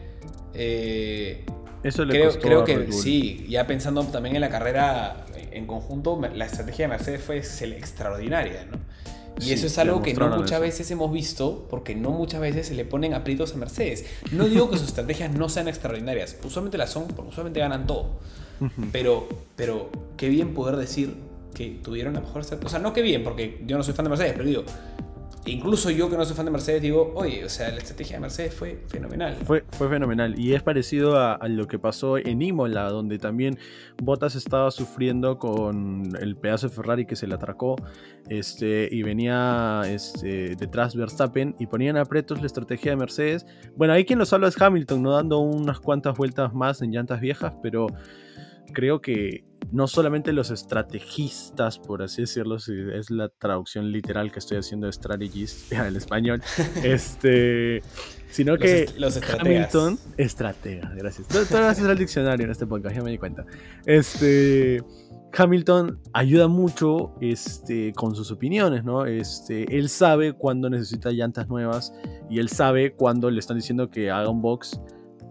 eh, Eso le creo costó creo a que Red Bull. sí, ya pensando también en la carrera en conjunto, la estrategia de Mercedes fue excel- extraordinaria, ¿no? Y Sí, eso es algo que no demostraron muchas eso. veces hemos visto, porque no muchas veces se le ponen aprietos a Mercedes. No digo que sus estrategias no sean extraordinarias, usualmente las son, porque usualmente ganan todo. Ujú. Pero, pero qué bien poder decir que tuvieron la mejor estrategia. O sea, no qué bien, porque yo no soy fan de Mercedes, pero digo, incluso yo que no soy fan de Mercedes, digo, oye, o sea, la estrategia de Mercedes fue fenomenal. Fue, fue fenomenal. Y es parecido a, a lo que pasó en Imola, donde también Bottas estaba sufriendo con el pedazo de Ferrari que se le atracó. Este, y venía este, detrás Verstappen y ponían aprietos la estrategia de Mercedes. Bueno, ahí quien nos habla es Hamilton, no dando unas cuantas vueltas más en llantas viejas, pero creo que no solamente los estrategistas, por así decirlo, si es la traducción literal que estoy haciendo de strategist al español, este, sino Los que est- los estrategas. Hamilton, estratega, gracias. Tú, tú vas a hacer el diccionario en este podcast, ya me di cuenta. Este, Hamilton ayuda mucho este, con sus opiniones, ¿no? Este, él sabe cuándo necesita llantas nuevas y él sabe cuándo le están diciendo que haga un box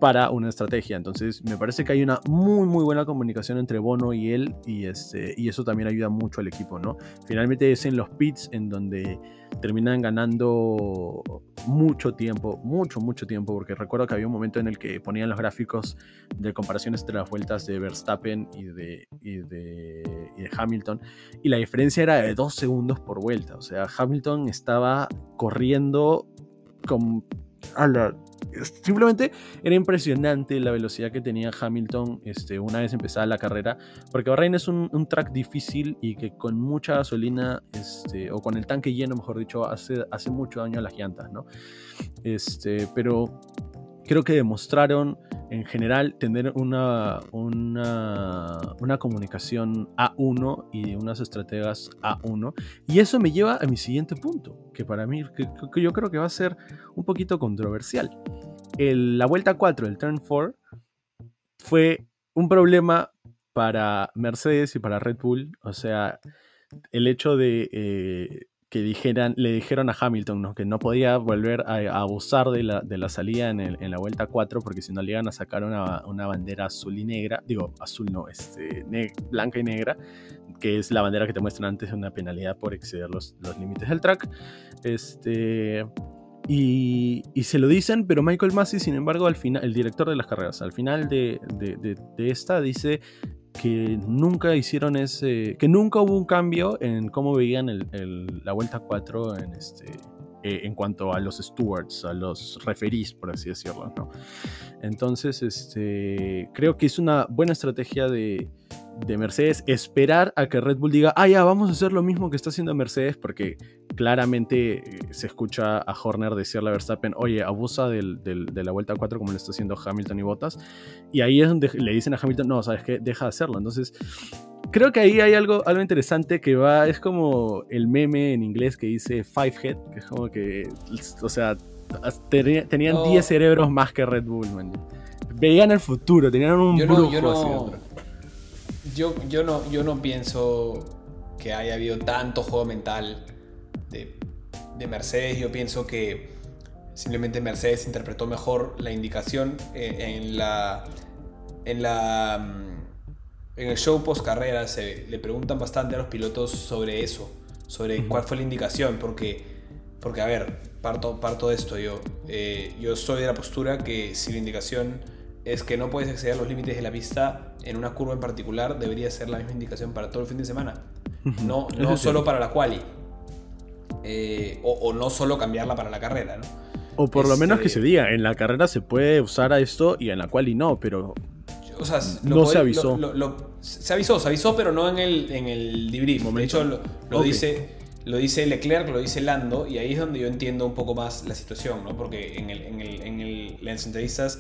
para una estrategia. Entonces me parece que hay una muy muy buena comunicación entre Bono y él, y, este, y eso también ayuda mucho al equipo, ¿no? Finalmente es en los pits en donde terminan ganando mucho tiempo, mucho mucho tiempo, porque recuerdo que había un momento en el que ponían los gráficos de comparaciones entre las vueltas de Verstappen y de, y de, y de Hamilton, y la diferencia era de dos segundos por vuelta. O sea, Hamilton estaba corriendo con... A la, simplemente era impresionante la velocidad que tenía Hamilton este, una vez empezada la carrera, porque Bahrein es un, un track difícil y que con mucha gasolina este, o con el tanque lleno, mejor dicho, hace, hace mucho daño a las llantas, ¿no? Este, pero creo que demostraron en general tener una, una, una comunicación A uno y unas estrategas A uno, y eso me lleva a mi siguiente punto, que para mí que, que yo creo que va a ser un poquito controversial. El, la vuelta cuatro, el turn cuatro, fue un problema para Mercedes y para Red Bull. O sea, el hecho de eh, que dijeran, le dijeron a Hamilton, ¿no?, que no podía volver a, a abusar de la, de la salida en, el, en la vuelta cuatro, porque si no le iban a sacar una, una bandera azul y negra, digo, azul no, este, ne- blanca y negra, que es la bandera que te muestran antes de una penalidad por exceder los, los límites del track. Este... Y, y se lo dicen, pero Michael Masi, sin embargo, al final, el director de las carreras, al final de, de, de, de esta, dice que nunca hicieron ese, que nunca hubo un cambio en cómo veían el, el, la vuelta cuatro en, este, eh, en cuanto a los stewards, a los referees, por así decirlo, ¿no? Entonces, este, creo que es una buena estrategia de, de Mercedes esperar a que Red Bull diga, ah, ya, vamos a hacer lo mismo que está haciendo Mercedes, porque claramente eh, se escucha a Horner decirle a Verstappen, oye, abusa del, del, de la vuelta cuatro como lo está haciendo Hamilton y Bottas, y ahí es donde le dicen a Hamilton, no, ¿sabes qué? Deja de hacerlo. Entonces, creo que ahí hay algo, algo interesante que va, es como el meme en inglés que dice five head, que es como que, o sea, tenían diez oh. cerebros más que Red Bull, man. Veían el futuro, tenían un yo brujo no, yo no, así dentro. Yo, yo, no, yo no pienso que haya habido tanto juego mental de, de Mercedes. Yo pienso que simplemente Mercedes interpretó mejor la indicación en, en la en la en el show post carrera. Se le preguntan bastante a los pilotos sobre eso, sobre uh-huh. cuál fue la indicación, porque porque a ver, parto parto de esto. Yo eh, yo soy de la postura que si la indicación es que no puedes exceder los límites de la pista en una curva en particular, debería ser la misma indicación para todo el fin de semana, no, no solo para la quali, eh, o, o no solo cambiarla para la carrera, ¿no? O por este... lo menos que se diga, en la carrera se puede usar a esto y en la quali no, pero o sea, no puede, se avisó. Lo, lo, lo, se avisó, se avisó, pero no en el, en el debrief. Momento. De hecho, lo, lo, okay. dice, lo dice Leclerc, lo dice Lando, y ahí es donde yo entiendo un poco más la situación, ¿no? Porque en, el, en, el, en el, las entrevistas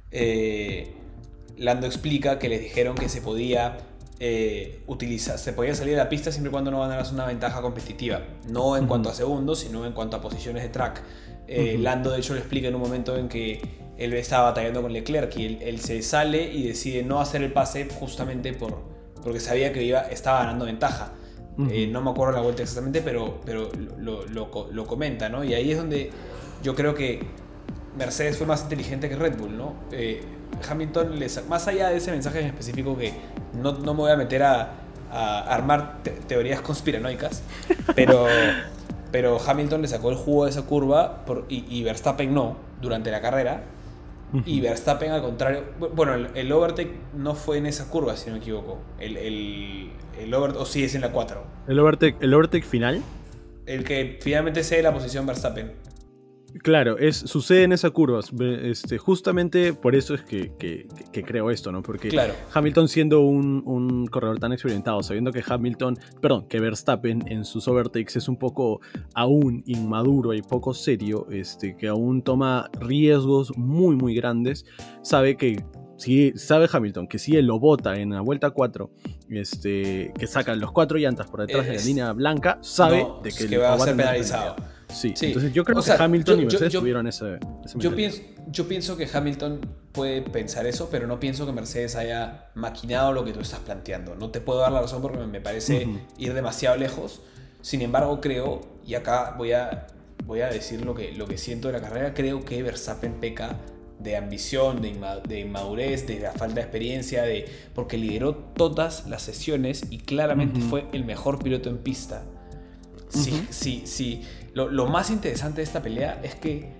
Eh, Lando explica que les dijeron que se podía eh, utilizar, se podía salir a la pista siempre y cuando no ganaras una ventaja competitiva, no en uh-huh. cuanto a segundos, sino en cuanto a posiciones de track. eh, uh-huh. Lando de hecho lo explica en un momento en que él estaba batallando con Leclerc y él, él se sale y decide no hacer el pase justamente por, porque sabía que iba, estaba ganando ventaja. uh-huh. eh, no me acuerdo la vuelta exactamente, pero, pero lo, lo, lo, lo comenta, ¿no? Y ahí es donde yo creo que Mercedes fue más inteligente que Red Bull, ¿no? Eh, Hamilton, les, más allá de ese mensaje en específico, que no, no me voy a meter a, a armar te, teorías conspiranoicas, pero, pero Hamilton le sacó el jugo de esa curva por, y, y Verstappen no, durante la carrera. Uh-huh. Y Verstappen, al contrario, bueno, el, el overtake no fue en esa curva, si no me equivoco. El, el, el overtake, o sí, es en la cuatro. ¿El overtake, el overtake final? El que finalmente cede la posición Verstappen. Claro, es, sucede en esa curva. Este, justamente por eso es que, que, que creo esto, ¿no? Porque claro. Hamilton, siendo un, un corredor tan experimentado, sabiendo que Hamilton, perdón, que Verstappen en sus overtakes es un poco aún inmaduro y poco serio, este, que aún toma riesgos muy, muy grandes, sabe que si sabe Hamilton que si él lo bota en la vuelta cuatro, este, que sacan los cuatro llantas por detrás es, de la línea blanca, sabe no, de que, que va a ser penalizado. Sí, sí, entonces yo creo o que sea, Hamilton yo, y Mercedes yo, yo, tuvieron ese, ese yo pienso, yo pienso que Hamilton puede pensar eso, pero no pienso que Mercedes haya maquinado lo que tú estás planteando. No te puedo dar la razón porque me parece uh-huh. ir demasiado lejos. Sin embargo, creo, y acá voy a, voy a decir lo que, lo que siento de la carrera, creo que Verstappen peca de ambición, de, inma de inmadurez, de la falta de experiencia, de porque lideró todas las sesiones y claramente uh-huh. fue el mejor piloto en pista. Sí, uh-huh. sí, sí. Lo, lo más interesante de esta pelea es que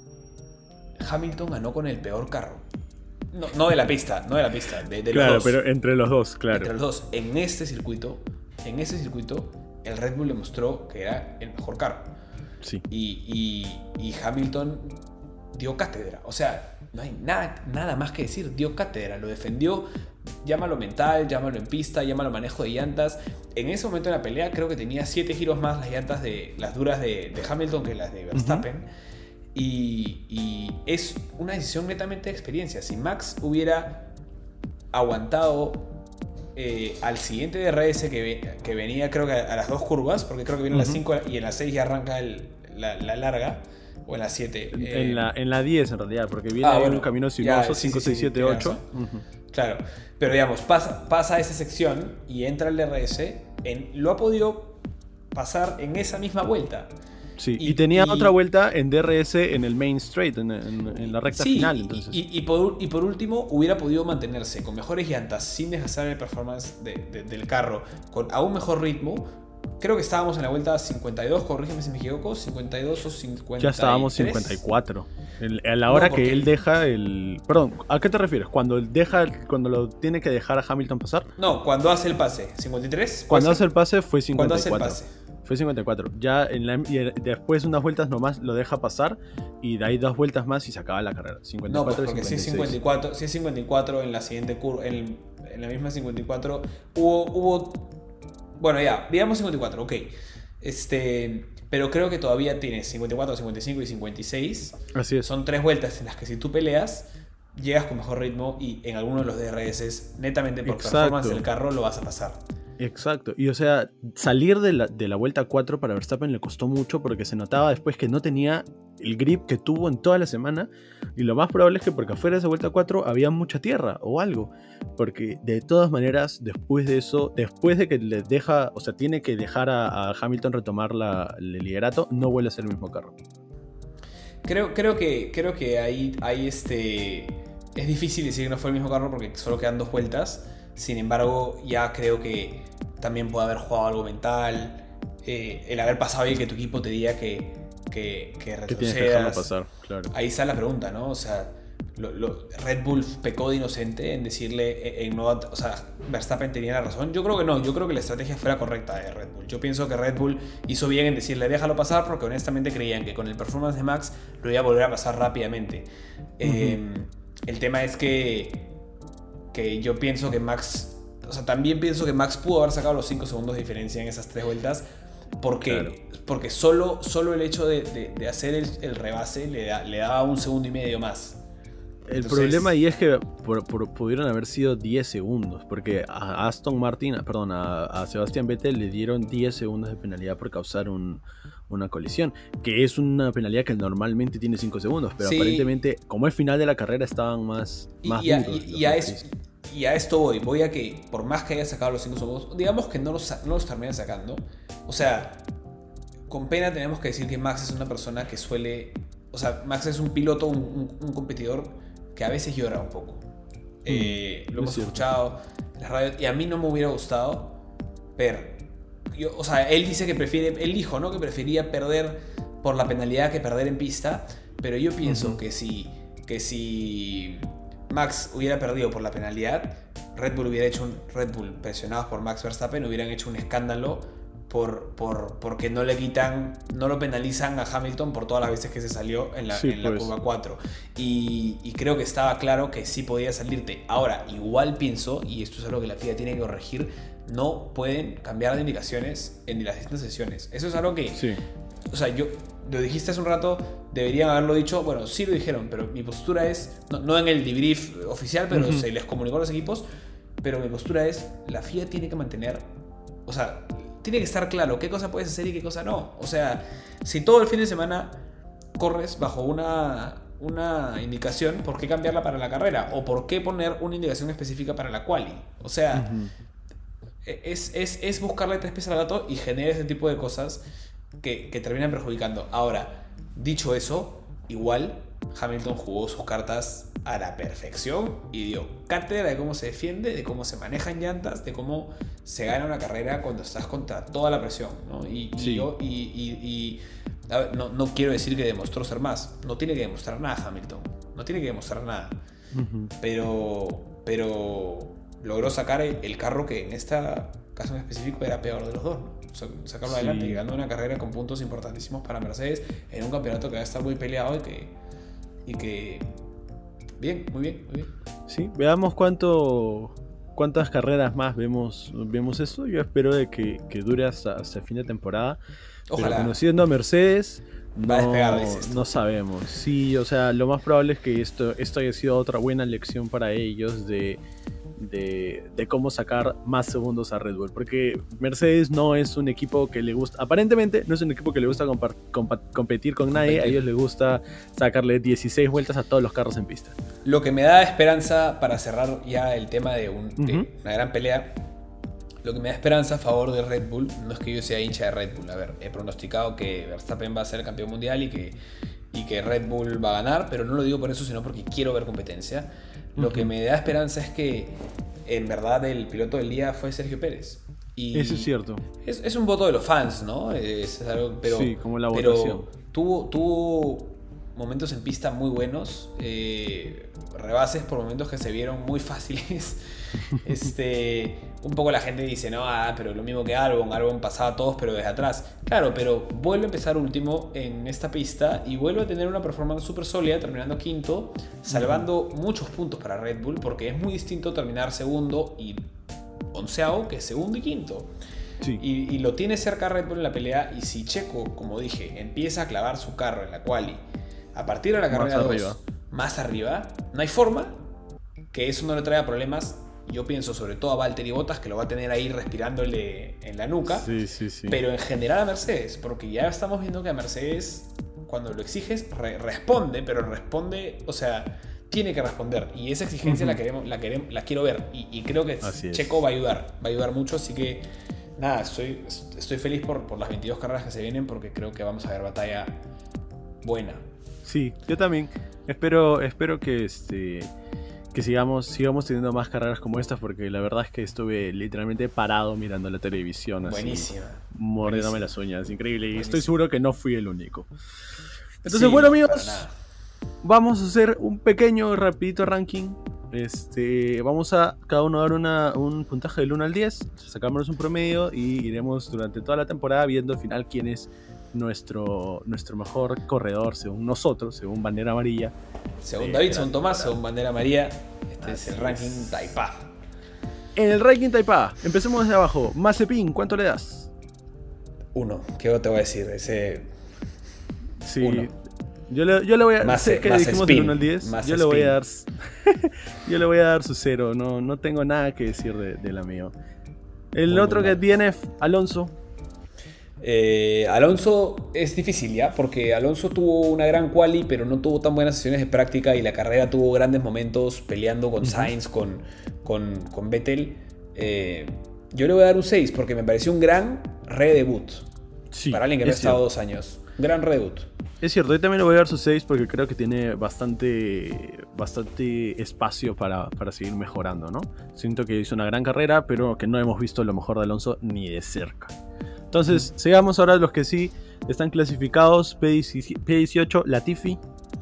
Hamilton ganó con el peor carro. No, no de la pista, no de la pista, de, de claro, los dos. Pero entre los dos, claro. Entre los dos. En este circuito, en este circuito, el Red Bull demostró que era el mejor carro. Sí. Y, y, y Hamilton dio cátedra. O sea, no hay nada, nada más que decir. Dio cátedra, lo defendió. Llámalo mental, llámalo en pista, llámalo manejo de llantas. En ese momento de la pelea creo que tenía siete giros más las llantas de las duras de, de Hamilton que las de Verstappen. Uh-huh. Y, y es una decisión netamente de experiencia. Si Max hubiera aguantado eh, al siguiente D R S que, que venía creo que a las dos curvas, porque creo que viene uh-huh. a las cinco y en las seis ya arranca el, la, la larga, o en las siete. Eh, en, la, en la diez en realidad, porque viene ah, bueno, un camino sinuoso, cinco, seis, siete, ocho. Claro, pero digamos, pasa, pasa esa sección y entra el D R S, en, lo ha podido pasar en esa misma vuelta. Sí, y, y tenía y, otra vuelta en D R S en el main straight, en, en, en la recta sí, final. Entonces. Y, y, por, y por último, hubiera podido mantenerse con mejores llantas, sin desgastar el performance de, de, del carro, con aún mejor ritmo. Creo que estábamos en la vuelta cincuenta y dos, corrígeme si me equivoco, cincuenta y dos o cincuenta y tres. Ya estábamos cincuenta y cuatro. A la hora no, porque... que él deja el... Perdón, ¿a qué te refieres? ¿Cuando él deja, cuando lo tiene que dejar a Hamilton pasar? No, cuando hace el pase, cincuenta y tres. Cuando hace el pase fue cincuenta y cuatro. Cuando hace el pase. Fue cincuenta y cuatro. Ya en la, y después unas vueltas nomás lo deja pasar y de ahí dos vueltas más y se acaba la carrera. cincuenta y cuatro no, porque y cincuenta y seis. Si es cincuenta y cuatro, si es cincuenta y cuatro en la siguiente curva, en, en la misma cincuenta y cuatro, hubo, hubo... Bueno, ya, digamos cincuenta y cuatro, ok. Este, pero creo que todavía tienes cincuenta y cuatro, cincuenta y cinco y cincuenta y seis. Así es. Son tres vueltas en las que si tú peleas, llegas con mejor ritmo y en alguno de los D R S, netamente por Exacto. performance del carro, lo vas a pasar. Exacto, y o sea, salir de la, de la vuelta cuatro para Verstappen le costó mucho porque se notaba después que no tenía el grip que tuvo en toda la semana, y lo más probable es que porque afuera de esa vuelta cuatro había mucha tierra o algo, porque de todas maneras después de eso, después de que le deja, o sea, tiene que dejar a, a Hamilton retomar la, el liderato, no vuelve a ser el mismo carro. Creo, creo que, creo que ahí, ahí este, es difícil decir que no fue el mismo carro porque solo quedan dos vueltas. Sin embargo, ya creo que también puede haber jugado algo mental, eh, el haber pasado y que tu equipo te diga que, que, que retrocedas. Que tienes que dejarlo pasar, claro. Ahí está la pregunta, ¿no? O sea, lo, lo, Red Bull pecó de inocente en decirle, en no, o sea, Verstappen tenía la razón. Yo creo que no, yo creo que la estrategia fue la correcta de Red Bull. Yo pienso que Red Bull hizo bien en decirle, déjalo pasar, porque honestamente creían que con el performance de Max lo iba a volver a pasar rápidamente. Uh-huh. eh, el tema es que que yo pienso que Max, o sea, también pienso que Max pudo haber sacado los cinco segundos de diferencia en esas tres vueltas, porque, claro. porque solo, solo el hecho de, de, de hacer el, el rebase le, da, le daba un segundo y medio más. El Entonces, problema ahí es que por, por, pudieron haber sido diez segundos, porque a Aston Martin, perdón, a, a Sebastian Vettel le dieron diez segundos de penalidad por causar un, una colisión, que es una penalidad que normalmente tiene cinco segundos, pero sí. Aparentemente, como es final de la carrera, estaban más, más y, duros. Y, y, a es, y a esto voy, voy a que por más que haya sacado los cinco segundos, digamos que no los, no los termina sacando, o sea, con pena tenemos que decir que Max es una persona que suele, o sea, Max es un piloto, un, un, un competidor que a veces llora un poco. Eh, lo hemos escuchado en las radios y a mí no me hubiera gustado ver. Yo, o sea, él dice que prefiere, él dijo, ¿no? Que prefería perder por la penalidad que perder en pista, pero yo pienso uh-huh. que si, que si Max hubiera perdido por la penalidad, Red Bull hubiera hecho un Red Bull presionados por Max Verstappen hubieran hecho un escándalo. Por, por, porque no le quitan, no lo penalizan a Hamilton por todas las veces que se salió en la, sí, en la pues. curva cuatro. Y, y creo que estaba claro que sí podía salirte. Ahora, igual pienso, y esto es algo que la F I A tiene que corregir, no pueden cambiar de indicaciones en las distintas sesiones. Eso es algo que, sí. o sea, yo lo dijiste hace un rato, deberían haberlo dicho, bueno, sí lo dijeron, pero mi postura es, no, no en el debrief oficial, pero uh-huh. se les comunicó a los equipos, pero mi postura es, la F I A tiene que mantener, o sea, tiene que estar claro qué cosa puedes hacer y qué cosa no. O sea, si todo el fin de semana corres bajo una, una indicación, ¿por qué cambiarla para la carrera? ¿O por qué poner una indicación específica para la quali? O sea, uh-huh. es, es, es buscarle tres pies al gato y genera ese tipo de cosas que, que terminan perjudicando. Ahora, dicho eso, igual Hamilton jugó sus cartas a la perfección y dio cátedra de cómo se defiende, de cómo se manejan llantas, de cómo se gana una carrera cuando estás contra toda la presión, ¿no? Y, Sí. y yo, y, y, y a ver, no, no quiero decir que demostró ser más, no tiene que demostrar nada Hamilton, no tiene que demostrar nada, Ujú. pero, pero logró sacar el, el carro que en este caso en específico era peor de los dos, ¿no? O sea, sacarlo Sí. adelante y ganando una carrera con puntos importantísimos para Mercedes en un campeonato que va a estar muy peleado y que, y que bien, muy bien, muy bien. Sí, veamos cuánto, cuántas carreras más vemos, vemos esto. Yo espero de que, que dure hasta, hasta el fin de temporada. Ojalá. Pero conociendo a Mercedes, Va a no, despegar, dices tú. no sabemos. Sí, o sea, lo más probable es que esto, esto haya sido otra buena lección para ellos de, de, de cómo sacar más segundos a Red Bull. Porque Mercedes no es un equipo que le gusta, aparentemente no es un equipo que le gusta compa- compa- competir con nadie. A ellos les gusta sacarle dieciséis vueltas a todos los carros en pista. Lo que me da esperanza para cerrar ya el tema de, un, de Ujú. una gran pelea, lo que me da esperanza a favor de Red Bull, no es que yo sea hincha de Red Bull, a ver, he pronosticado que Verstappen va a ser el campeón mundial y que, y que Red Bull va a ganar, pero no lo digo por eso, sino porque quiero ver competencia. Lo Ujú. que me da esperanza es que en verdad el piloto del día fue Sergio Pérez. Y Eso es cierto. Es, es un voto de los fans, ¿no? Es algo, pero, Sí, como la pero votación. tuvo, tuvo momentos en pista muy buenos, eh, rebases por momentos que se vieron muy fáciles. este, un poco la gente dice, no, ah, pero lo mismo que Albon, Albon pasaba a todos pero desde atrás. Claro, pero vuelve a empezar último en esta pista y vuelve a tener una performance súper sólida, terminando quinto, salvando uh-huh. muchos puntos para Red Bull, porque es muy distinto terminar segundo y onceavo que segundo y quinto. Sí. Y, y lo tiene cerca Red Bull en la pelea, y si Checo, como dije, empieza a clavar su carro en la quali a partir de la carrera más dos, arriba. más arriba, no hay forma que eso no le traiga problemas. Yo pienso sobre todo a Valtteri Bottas, que lo va a tener ahí respirándole en la nuca. Sí, sí, sí. Pero en general a Mercedes, porque ya estamos viendo que a Mercedes, cuando lo exiges, re responde, pero responde, o sea, tiene que responder. Y esa exigencia uh-huh. la, queremos, la, queremos, la quiero ver. Y, y creo que así Checo es. va a ayudar, va a ayudar mucho. Así que, nada, estoy, estoy feliz por, por las veintidós carreras que se vienen, porque creo que vamos a ver batalla buena. Sí, yo también. Espero, espero que este... que sigamos, sigamos teniendo más carreras como estas, porque la verdad es que estuve literalmente parado mirando la televisión. Buenísima. Mordiéndome las uñas, increíble. Y Buenísima. Estoy seguro que no fui el único. Entonces, sí, bueno, amigos, vamos a hacer un pequeño, rapidito ranking. Este, vamos a cada uno dar una, un puntaje del uno al diez, sacamos un promedio y iremos durante toda la temporada viendo al final quién es nuestro, nuestro mejor corredor, según nosotros, según bandera amarilla. Según David, según Tomás, según bandera amarilla. Este Así es el ranking es. Taipá. En el ranking Taipá, empecemos desde abajo. Mazepin, ¿cuánto le das? Uno. ¿Qué te voy a decir? Ese. Sí. Uno. Yo le, yo le voy a más, sé que más dijimos spin, del uno al diez. Más yo spin. le voy a dar. yo le voy a dar su cero. No, no tengo nada que decir de, de la mío. El muy otro muy que es D N F, Alonso. Eh, Alonso es difícil ya, porque Alonso tuvo una gran quali, pero no tuvo tan buenas sesiones de práctica, y la carrera tuvo grandes momentos peleando con uh-huh. Sainz, con, con, con Vettel. Eh, yo le voy a dar un seis porque me pareció un gran redebut. Sí, para alguien que no ha estado dos años. Gran redebut. Es cierto, yo también le voy a dar su seis porque creo que tiene bastante, bastante espacio para, para seguir mejorando, ¿no? Siento que hizo una gran carrera, pero que no hemos visto lo mejor de Alonso ni de cerca. Entonces, sigamos ahora los que sí están clasificados. P dieciocho, Latifi.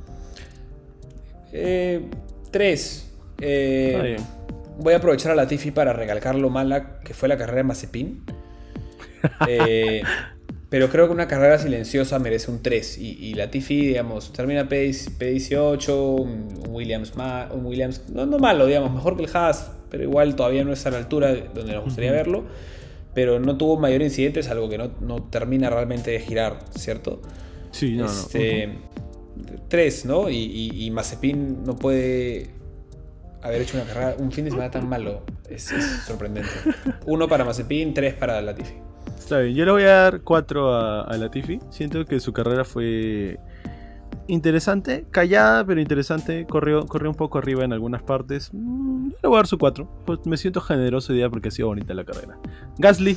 Eh, tres. Eh, voy a aprovechar a Latifi para recalcar lo mala que fue la carrera de Mazepin. Eh, pero creo que una carrera silenciosa merece un tres. Y, y Latifi, digamos, termina P dieciocho, un Williams, un Williams no, no malo, digamos, mejor que el Haas, pero igual todavía no está a la altura donde nos gustaría uh-huh. verlo. Pero no tuvo mayor incidentes, algo que no, no termina realmente de girar, ¿cierto? Sí, no, este, no. Uh-huh. Tres, ¿no? Y, y, y Mazepin no puede haber hecho una carrera, un fin de semana tan malo. Es, es sorprendente. Uno para Mazepin, tres para Latifi. Está bien, yo le voy a dar cuatro a, a Latifi. Siento que su carrera fue interesante, callada, pero interesante. Corrió, corrió un poco arriba en algunas partes. Mm, yo le voy a dar su cuatro. Pues me siento generoso hoy día porque ha sido bonita la carrera. Gasly.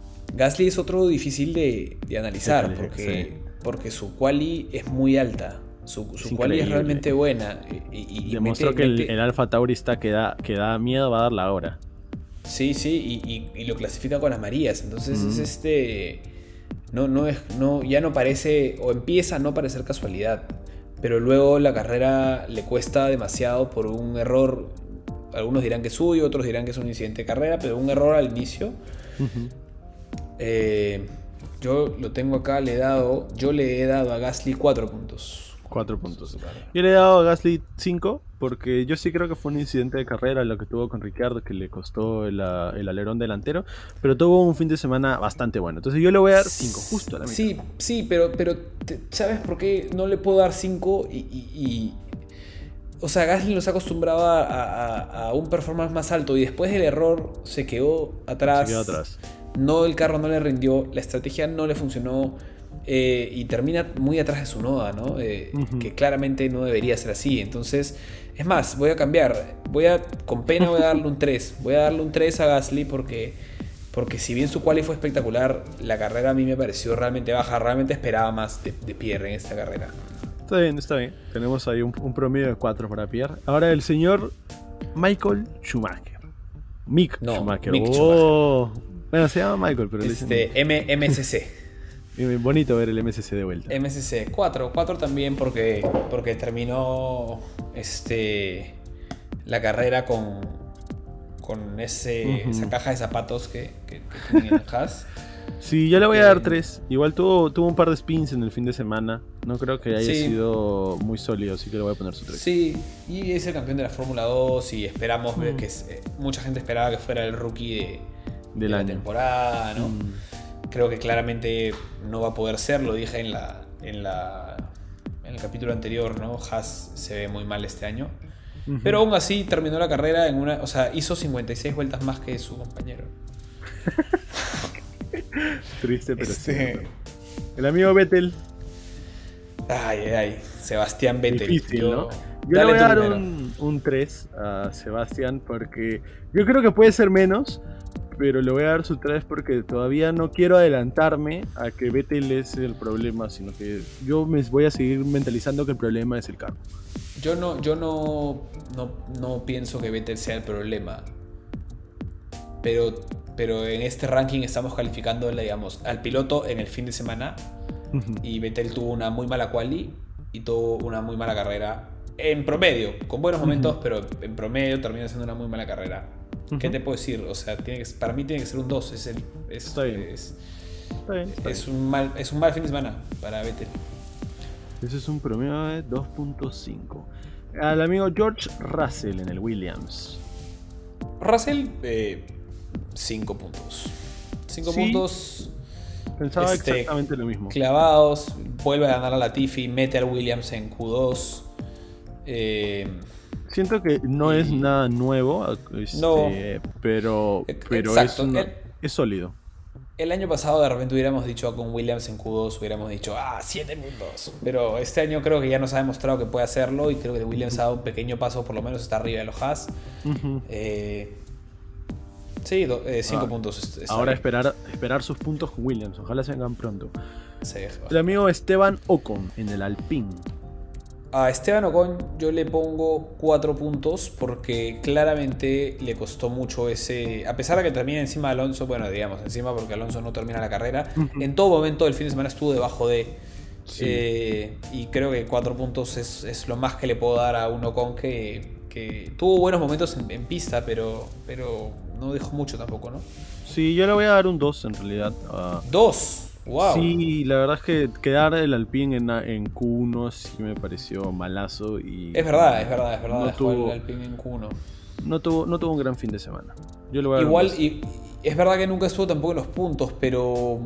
Gasly es otro difícil de, de analizar, sí, porque, sí. porque su quali es muy alta. Su, Es su quali es increíble. realmente buena. Y, y- y Demostró mete- que el, mete- el Alfa Tauri está que da, que da miedo, va a dar la hora. Sí, sí, y, y- y lo clasifica con las Marías. Entonces es Mm. este. No, no es. No, ya no parece. O empieza a no parecer casualidad. Pero luego la carrera le cuesta demasiado por un error. Algunos dirán que es suyo, otros dirán que es un incidente de carrera, pero un error al inicio. Ujú. Eh, yo lo tengo acá, le he dado. Yo le he dado a Gasly cuatro puntos. Cuatro puntos. Yo le he dado a Gasly cinco porque yo sí creo que fue un incidente de carrera lo que tuvo con Ricciardo que le costó el, ah, el alerón delantero, pero tuvo un fin de semana bastante bueno. Entonces yo le voy a dar cinco, justo a la mitad. Sí, sí, pero, pero te- ¿sabes por qué no le puedo dar cinco? Y, y- y- o sea, Gasly nos ha acostumbrado a, a- a un performance más alto y después del error se quedó atrás. Se quedó atrás. No, el carro no le rindió, la estrategia no le funcionó. eh, y termina muy atrás de su noda, ¿no? Eh, Ujú. Que claramente no debería ser así. Entonces, es más, voy a cambiar. Voy a, con pena voy a darle un tres. Voy a darle un tres a Gasly porque, porque si bien su quali fue espectacular, la carrera a mí me pareció realmente baja. Realmente esperaba más de, de Pierre en esta carrera. Está bien, está bien. Tenemos ahí un, un promedio de cuatro para Pierre. Ahora el señor Michael Schumacher. Mick No, Schumacher. Mick Oh. Bueno, se llama Michael, pero le dicen Este, M M C C. Y bonito ver el M S C de vuelta. M C C cuatro, cuatro también porque, porque terminó este, la carrera con, con ese, Ujú. esa caja de zapatos que, que, que tenía en Haas. Sí, yo le voy a dar Eh, tres. Igual tuvo, tuvo un par de spins en el fin de semana. No creo que haya Sí. sido muy sólido, así que le voy a poner su tres. Sí, y es el campeón de la Fórmula dos y esperamos ver Mm. que es- eh, mucha gente esperaba que fuera el rookie de, Del de la año. temporada, ¿no? Mm. Creo que claramente no va a poder ser, lo dije en la en la en el capítulo anterior, ¿no? Haas se ve muy mal este año. Ujú. Pero aún así terminó la carrera en una, o sea, hizo cincuenta y seis vueltas más que su compañero. Triste, pero Este- cierto. El amigo Vettel. Ay, ay, ay, Sebastián Vettel. Difícil, Yo- ¿no? Yo dale le voy tú a dar primero. un, un tres a Sebastián porque yo creo que puede ser menos, pero le voy a dar su tres porque todavía no quiero adelantarme a que Vettel es el problema, sino que yo me voy a seguir mentalizando que el problema es el carro. Yo no, yo no, no, no pienso que Vettel sea el problema. Pero, pero en este ranking estamos calificando, digamos, al piloto en el fin de semana. Y Vettel tuvo una muy mala quali y tuvo una muy mala carrera. En promedio, con buenos momentos, Ujú. pero en promedio termina siendo una muy mala carrera. ¿Qué Ujú. te puedo decir? O sea, tiene que, para mí tiene que ser un dos. Es, el, es, Está bien. es, Está bien, está es bien. un mal, es un mal fin de semana para Vettel. Ese es un promedio de dos punto cinco. Al amigo George Russell en el Williams. Russell, cinco puntos. cinco Sí. puntos Pensaba Este, exactamente lo mismo. clavados. Vuelve a ganar a Latifi, mete al Williams en Q dos. Eh, Siento que no es Y- nada nuevo, este, No. pero, Ex- pero exacto. es, una- El- es sólido. el año pasado de repente hubiéramos dicho con Williams en Q dos, hubiéramos dicho, ah, siete puntos. Pero este año creo que ya nos ha demostrado que puede hacerlo y creo que Williams ha dado un pequeño paso, por lo menos está arriba de los Haas. Ujú. Eh, sí, do- eh, cinco Ah, puntos. es- está Ahora bien. esperar, esperar sus puntos con Williams, ojalá se vengan pronto. Se deja. El amigo Esteban Ocon en el Alpine. A Esteban Ocon yo le pongo cuatro puntos porque claramente le costó mucho ese... A pesar de que termina encima de Alonso, bueno, digamos, encima porque Alonso no termina la carrera, Ujú. en todo momento del fin de semana estuvo debajo de... Sí. eh, y creo que cuatro puntos es, es lo más que le puedo dar a un Ocon que, que tuvo buenos momentos en, en pista, pero, pero no dejó mucho tampoco, ¿no? Sí, yo le voy a dar un dos en realidad. ah, Dos. Wow. Sí, la verdad es que quedar el Alpine en, en Q uno sí me pareció malazo. Y Es verdad, es verdad, es verdad. No dejó tuvo- el Alpine en Q uno. No tuvo, no tuvo un gran fin de semana. Yo le voy a dar un Igual, dos. y, es verdad que nunca estuvo tampoco en los puntos, pero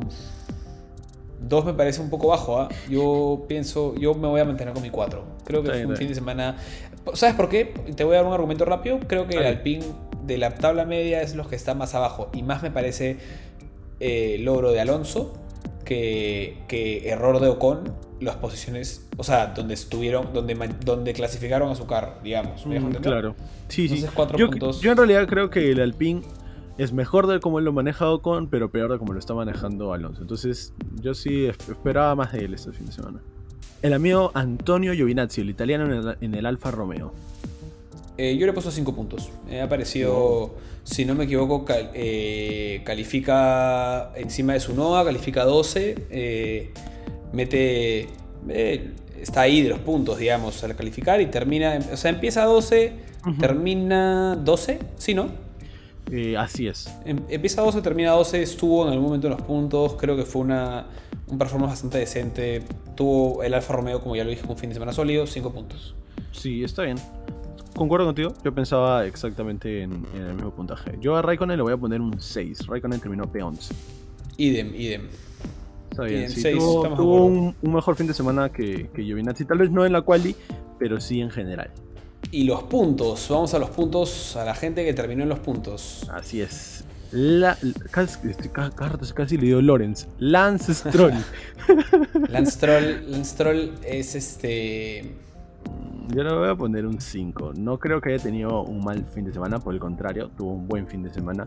dos me parece un poco bajo, ¿ah? Yo pienso, yo me voy a mantener con mi cuatro. Creo que Está fue bien, un está fin de semana. ¿Sabes por qué? Te voy a dar un argumento rápido. Creo que el Dale. Alpine de la tabla media es los que está más abajo. Y más me parece eh, logro de Alonso que, que error de Ocon. Las posiciones, o sea, donde estuvieron, donde, ma- donde clasificaron a su carro, digamos. ¿Me dejo Mm, entender? claro. Sí, sí. Entonces, cuatro Yo, puntos. yo en realidad creo que el Alpine es mejor de cómo lo ha manejado Ocon, pero peor de cómo lo está manejando Alonso. Entonces, yo sí es- esperaba más de él este fin de semana. El amigo Antonio Giovinazzi, el italiano en el, en el Alfa Romeo. Eh, yo le he puesto cinco puntos. Me ha parecido, oh. si no me equivoco, cal, eh, califica encima de su Tsunoda, califica doce. Eh, mete. Eh, está ahí de los puntos, digamos, al calificar y termina. O sea, empieza a doce, uh-huh. termina doce, ¿sí, no? Eh, así es. Em, empieza a doce, termina a doce. Estuvo en algún momento en los puntos. Creo que fue una, un performance bastante decente. Tuvo el Alfa Romeo, como ya lo dije, un fin de semana sólido, cinco puntos. Sí, está bien. Concuerdo contigo, yo pensaba exactamente en, en el mismo puntaje. Yo a Raikkonen le voy a poner un seis. Raikkonen terminó P once. Idem, idem. Está bien, idem, sí, seis, tuvo, tuvo un, un mejor fin de semana que, que Giovinazzi. Tal vez no en la quali, pero sí en general. Y los puntos, vamos a los puntos, a la gente que terminó en los puntos. Así es. La, casi, casi, casi le dio Lorenz. Lance Stroll. Lance Stroll. Lance Stroll es este... Yo le voy a poner un cinco. No creo que haya tenido un mal fin de semana, por el contrario, tuvo un buen fin de semana.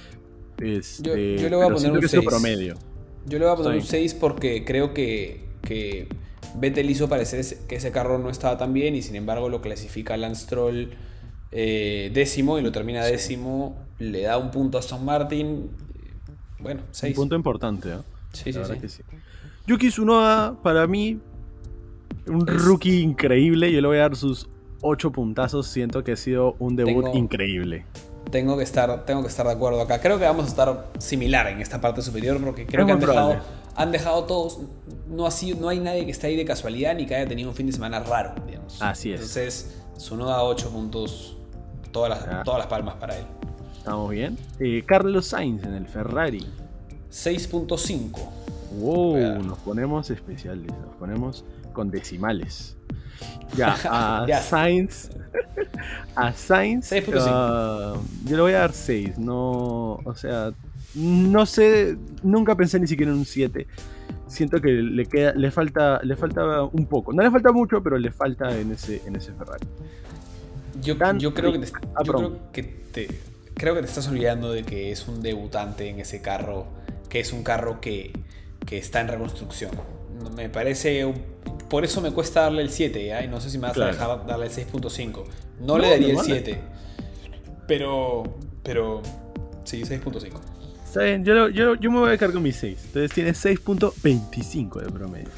Este, yo, yo le voy a poner un seis. Promedio. Yo le voy a poner un seis porque creo que, que Vettel hizo parecer que ese carro no estaba tan bien y sin embargo lo clasifica Lance Stroll eh, décimo y lo termina décimo. Le da un punto a Aston Martin. Bueno, seis. Un punto importante, ¿eh? Sí, sí, sí. sí. Yuki Tsunoda, para mí, un es... rookie increíble. Yo le voy a dar sus ocho puntazos. Siento que ha sido un debut tengo, increíble. Tengo que, estar, tengo que estar de acuerdo acá. Creo que vamos a estar similar en esta parte superior porque creo es que han dejado, han dejado todos. No, ha sido, no hay nadie que esté ahí de casualidad ni que haya tenido un fin de semana raro, digamos. Así es. Entonces, Tsunoda ocho puntos. Todas las, ah. todas las palmas para él. Estamos bien. Eh, Carlos Sainz en el Ferrari. seis punto cinco. Wow, nos ponemos especiales. Nos ponemos con decimales. Ya, a ya. Sainz. A Sainz. seis punto cinco. Uh, yo le voy a dar seis. No, o sea, no sé. Nunca pensé ni siquiera en un siete. Siento que le queda, le falta, le falta un poco. No le falta mucho, pero le falta en ese, en ese Ferrari. Yo, yo creo que te, yo creo que te creo que te estás olvidando de que es un debutante en ese carro, que es un carro que, que está en reconstrucción. Me parece un, por eso me cuesta darle el siete, ¿eh? No sé si me vas claro. a dejar darle el seis punto cinco. No, no le daría no, el siete. Pero pero sí, seis punto cinco. Está bien, yo, yo, yo me voy a quedar con mi seis. Entonces tiene seis punto veinticinco de promedio.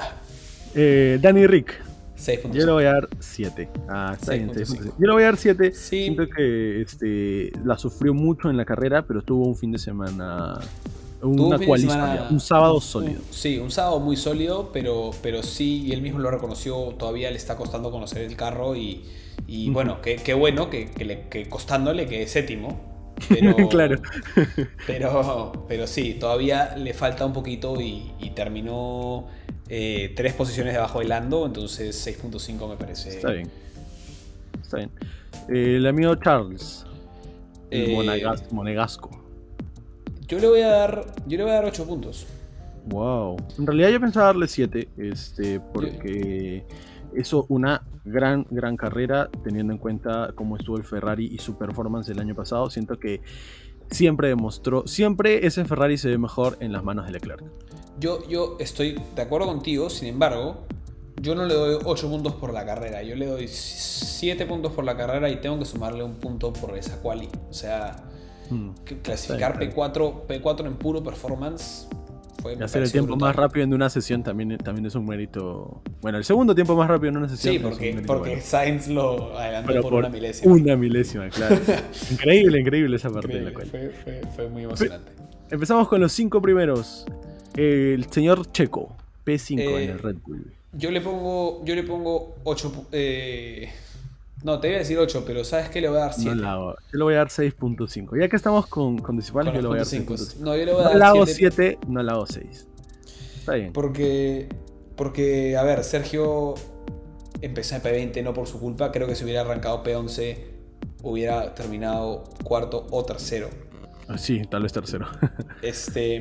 eh, Danny Rick. seis punto cinco. Yo le voy a dar siete. Ah, está bien, seis punto cinco. Yo le voy a dar siete. Sí. Siento que este, la sufrió mucho en la carrera, pero tuvo un fin de semana. Una un, semana, un sábado sólido. Un, sí, un sábado muy sólido, pero, pero sí, y él mismo lo reconoció, todavía le está costando conocer el carro y, y uh-huh. bueno, qué que bueno que, que, le, que costándole que es séptimo. Pero, claro. pero, pero sí, todavía le falta un poquito y, y terminó eh, tres posiciones debajo de Lando, entonces seis punto cinco me parece. Está bien. Está bien. Eh, el amigo Charles, el eh, Monegas, Monegasco. Yo le voy a dar. Yo le voy a dar ocho puntos. Wow. En realidad yo pensaba darle siete. Este. Porque eso una gran, gran carrera. Teniendo en cuenta cómo estuvo el Ferrari y su performance el año pasado. Siento que siempre demostró. Siempre ese Ferrari se ve mejor en las manos de Leclerc. Yo, yo estoy de acuerdo contigo. Sin embargo, yo no le doy ocho puntos por la carrera. Yo le doy siete puntos por la carrera y tengo que sumarle un punto por esa quali. O sea. Hmm. Clasificar P cuatro, P cuatro en puro performance fue, y hacer el tiempo brutal. Más rápido en una sesión también, también es un mérito. Bueno, el segundo tiempo más rápido en una sesión. Sí, porque, porque bueno. Sainz lo adelantó por, por una milésima. Una milésima, claro. Increíble, increíble esa parte increíble, de la cual. Fue, fue, fue muy emocionante. Empezamos con los cinco primeros. El señor Checo, P cinco eh, en el Red Bull. Yo le pongo, yo le pongo ocho. Eh, No, te iba a decir ocho, pero ¿sabes qué? Le voy a dar siete. No la hago. Yo le voy a dar seis punto cinco. Ya que estamos con, con decimales, yo le voy a dar seis punto cinco. No, yo le voy a dar no la hago siete, no la hago seis. Está bien. Porque, porque, a ver, Sergio empezó en P veinte, no por su culpa. Creo que si hubiera arrancado P once, hubiera terminado cuarto o tercero. Sí, tal vez tercero. este...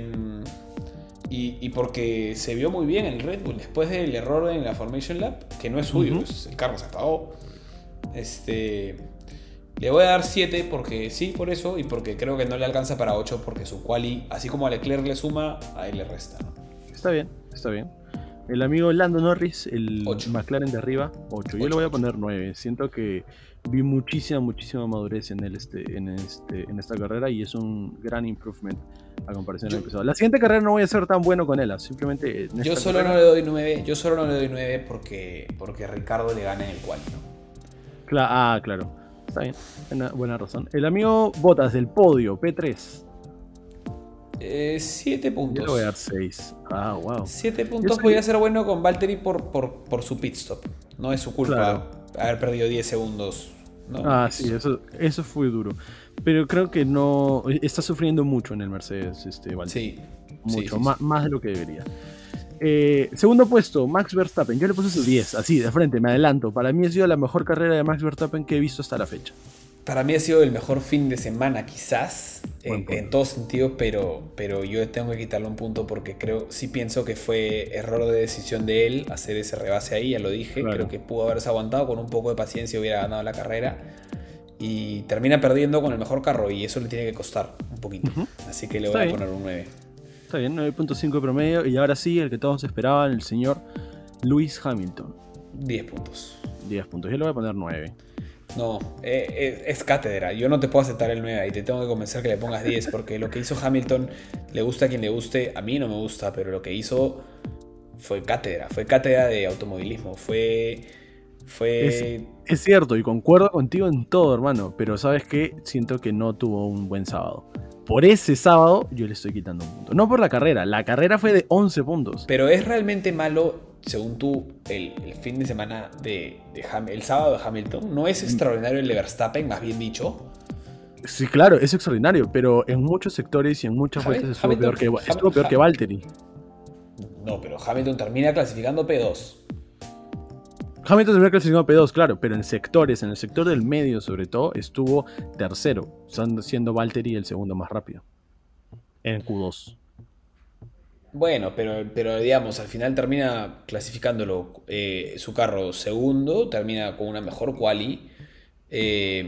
Y, y porque se vio muy bien el Red Bull después del error en la Formation Lap, que no es suyo, uh-huh. pues el carro se apagó. Este, le voy a dar siete porque sí, por eso, y porque creo que no le alcanza para ocho porque su quali, así como a Leclerc le suma, a él le resta. Está bien, está bien. El amigo Lando Norris, el Ocho. McLaren de arriba, ocho. Yo le voy a poner nueve. Siento que vi muchísima, muchísima madurez en, él este, en, este, en esta carrera y es un gran improvement a comparación del episodio. La siguiente carrera no voy a ser tan bueno con él, simplemente... En yo solo carrera... no le doy nueve, yo solo no le doy nueve porque, porque Ricardo le gana en el quali, ¿no? Cla ah, claro. Está bien, buena, buena razón. El amigo Bottas del podio, P tres. Eh, siete puntos. Yo le voy a dar seis. Ah, wow. siete puntos podría ser bueno con Valtteri por, por, por su pit stop. No es su culpa claro. haber perdido diez segundos. ¿No? Ah, sí, eso, eso fue duro. Pero creo que no. Está sufriendo mucho en el Mercedes, este, Valtteri. Sí. Mucho, sí, sí, más, sí. más de lo que debería. Eh, segundo puesto, Max Verstappen. Yo le puse su diez, así, de frente, me adelanto. Para mí ha sido la mejor carrera de Max Verstappen que he visto hasta la fecha. Para mí ha sido el mejor fin de semana, quizás, en, en todo sentido, pero, pero yo tengo que quitarle un punto porque creo, sí pienso que fue error de decisión de él hacer ese rebase ahí, ya lo dije. Claro. Creo que pudo haberse aguantado, con un poco de paciencia hubiera ganado la carrera. Y termina perdiendo con el mejor carro y eso le tiene que costar un poquito. Uh-huh. Así que le voy Está a bien. poner un nueve. Está bien, nueve punto cinco de promedio. Y ahora sí, el que todos esperaban, el señor Lewis Hamilton. diez puntos. diez puntos. Yo le voy a poner nueve. No, eh, eh, es cátedra. Yo no te puedo aceptar el nueve y te tengo que convencer que le pongas diez porque lo que hizo Hamilton, le gusta a quien le guste, a mí no me gusta, pero lo que hizo fue cátedra, fue cátedra de automovilismo, fue... fue... Es, es cierto y concuerdo contigo en todo, hermano, pero ¿sabes qué? Siento que no tuvo un buen sábado. Por ese sábado yo le estoy quitando un punto. No por la carrera, la carrera fue de once puntos. Pero es realmente malo... Según tú, el, el fin de semana de, de Ham, el sábado de Hamilton, ¿no es extraordinario el de Verstappen, más bien dicho? Sí, claro, es extraordinario, pero en muchos sectores y en muchas vueltas estuvo Hamilton, peor, que, Ham, estuvo peor Ham, que Valtteri. No, pero Hamilton termina clasificando P dos. Hamilton termina clasificando P dos, claro, pero en sectores, en el sector del medio sobre todo, estuvo tercero, siendo Valtteri el segundo más rápido. En Q dos. Bueno, pero, pero digamos, al final termina clasificándolo eh, su carro segundo, termina con una mejor quali eh,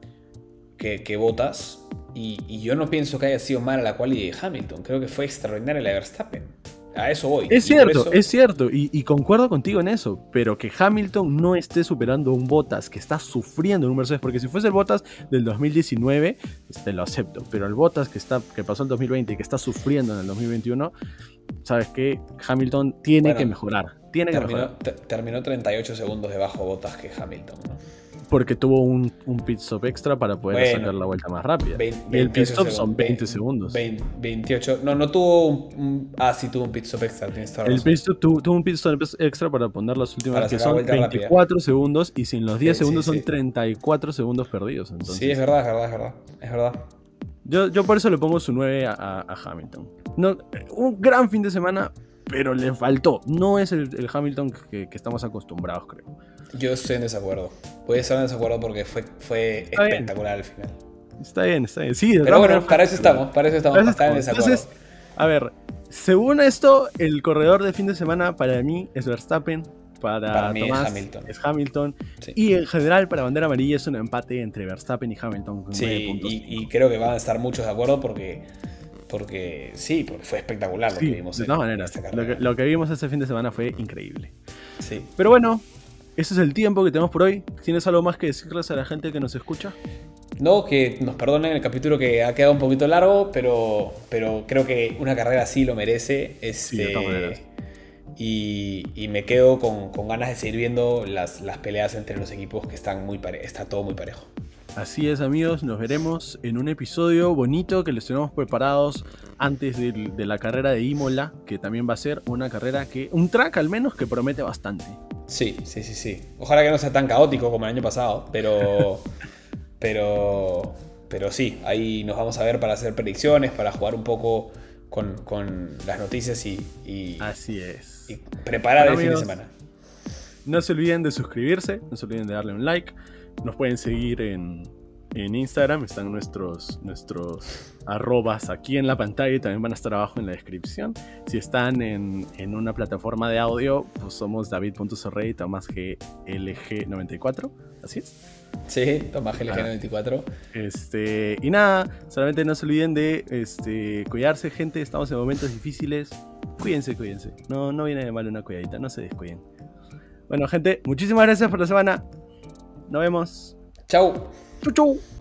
que, que Bottas. Y, y yo no pienso que haya sido mala la quali de Hamilton, creo que fue extraordinaria la de Verstappen. A eso voy. Es cierto, eso... es cierto, y, y concuerdo contigo en eso, pero que Hamilton no esté superando un Bottas que está sufriendo en un Mercedes, porque si fuese el Bottas del dos mil diecinueve, te lo acepto, pero el Bottas que, está, que pasó el dos mil veinte y que está sufriendo en el dos mil veintiuno, sabes que Hamilton tiene bueno, que mejorar, tiene terminó, que mejorar. T- terminó treinta y ocho segundos debajo Bottas que Hamilton, ¿no? Porque tuvo un, un pit stop extra para poder bueno, sacar la vuelta más rápida. veinte, y el pit stop son veinte segundos. veinte, veintiocho. No, no tuvo un, un. Ah, sí, tuvo un pit stop extra. Tienes toda la el pit stop tuvo, tuvo un pit stop extra para poner las últimas que son veinticuatro rápida. Segundos. Y sin los diez sí, segundos sí, son sí. treinta y cuatro segundos perdidos. Entonces, sí, es verdad, es verdad, es verdad. Es verdad. Yo, yo por eso le pongo su nueve a, a, a Hamilton. No, un gran fin de semana, pero le faltó. No es el, el Hamilton que, que estamos acostumbrados, creo. Yo estoy en desacuerdo. Voy a estar en desacuerdo porque fue, fue espectacular al final. Está bien, está bien. Sí, pero bueno, para eso estamos, para eso estamos, para estar en desacuerdo. Entonces, a ver, según esto, el corredor de fin de semana para mí es Verstappen, para, para mí Tomás es Hamilton. Es Hamilton sí. Y en general para bandera amarilla es un empate entre Verstappen y Hamilton. Con sí, puntos. Y, y creo que van a estar muchos de acuerdo porque... Porque sí, porque fue espectacular lo sí, que vimos. De todas maneras, lo que, lo que vimos este fin de semana fue increíble. Sí. Pero bueno, ese es el tiempo que tenemos por hoy. ¿Tienes algo más que decirles a la gente que nos escucha? No, que nos perdonen el capítulo que ha quedado un poquito largo, pero, pero creo que una carrera así lo merece. Este, sí, de todas maneras. Y, y me quedo con, con ganas de seguir viendo las, las peleas entre los equipos que están muy pare- está todo muy parejo. Así es, amigos, nos veremos en un episodio bonito que les tenemos preparados antes de, de la carrera de Imola, que también va a ser una carrera que, un track al menos que promete bastante. Sí, sí, sí, sí. Ojalá que no sea tan caótico como el año pasado, pero, pero, pero sí, ahí nos vamos a ver para hacer predicciones, para jugar un poco con, con las noticias y, y, así es. Y preparar bueno, el amigos, fin de semana. No se olviden de suscribirse, no se olviden de darle un like. Nos pueden seguir en, en Instagram, están nuestros, nuestros arrobas aquí en la pantalla y también van a estar abajo en la descripción. Si están en, en una plataforma de audio, pues somos david punto sorrey y Tomás G L G noventa y cuatro, ¿así es? Sí, Tomás G L G noventa y cuatro. Este, y nada, solamente no se olviden de este, cuidarse, gente, estamos en momentos difíciles. cuídense, cuídense. No, no viene de mal una cuidadita, no se descuiden. Bueno, gente, muchísimas gracias por la semana. Nos vemos. Chau. Chau, chau.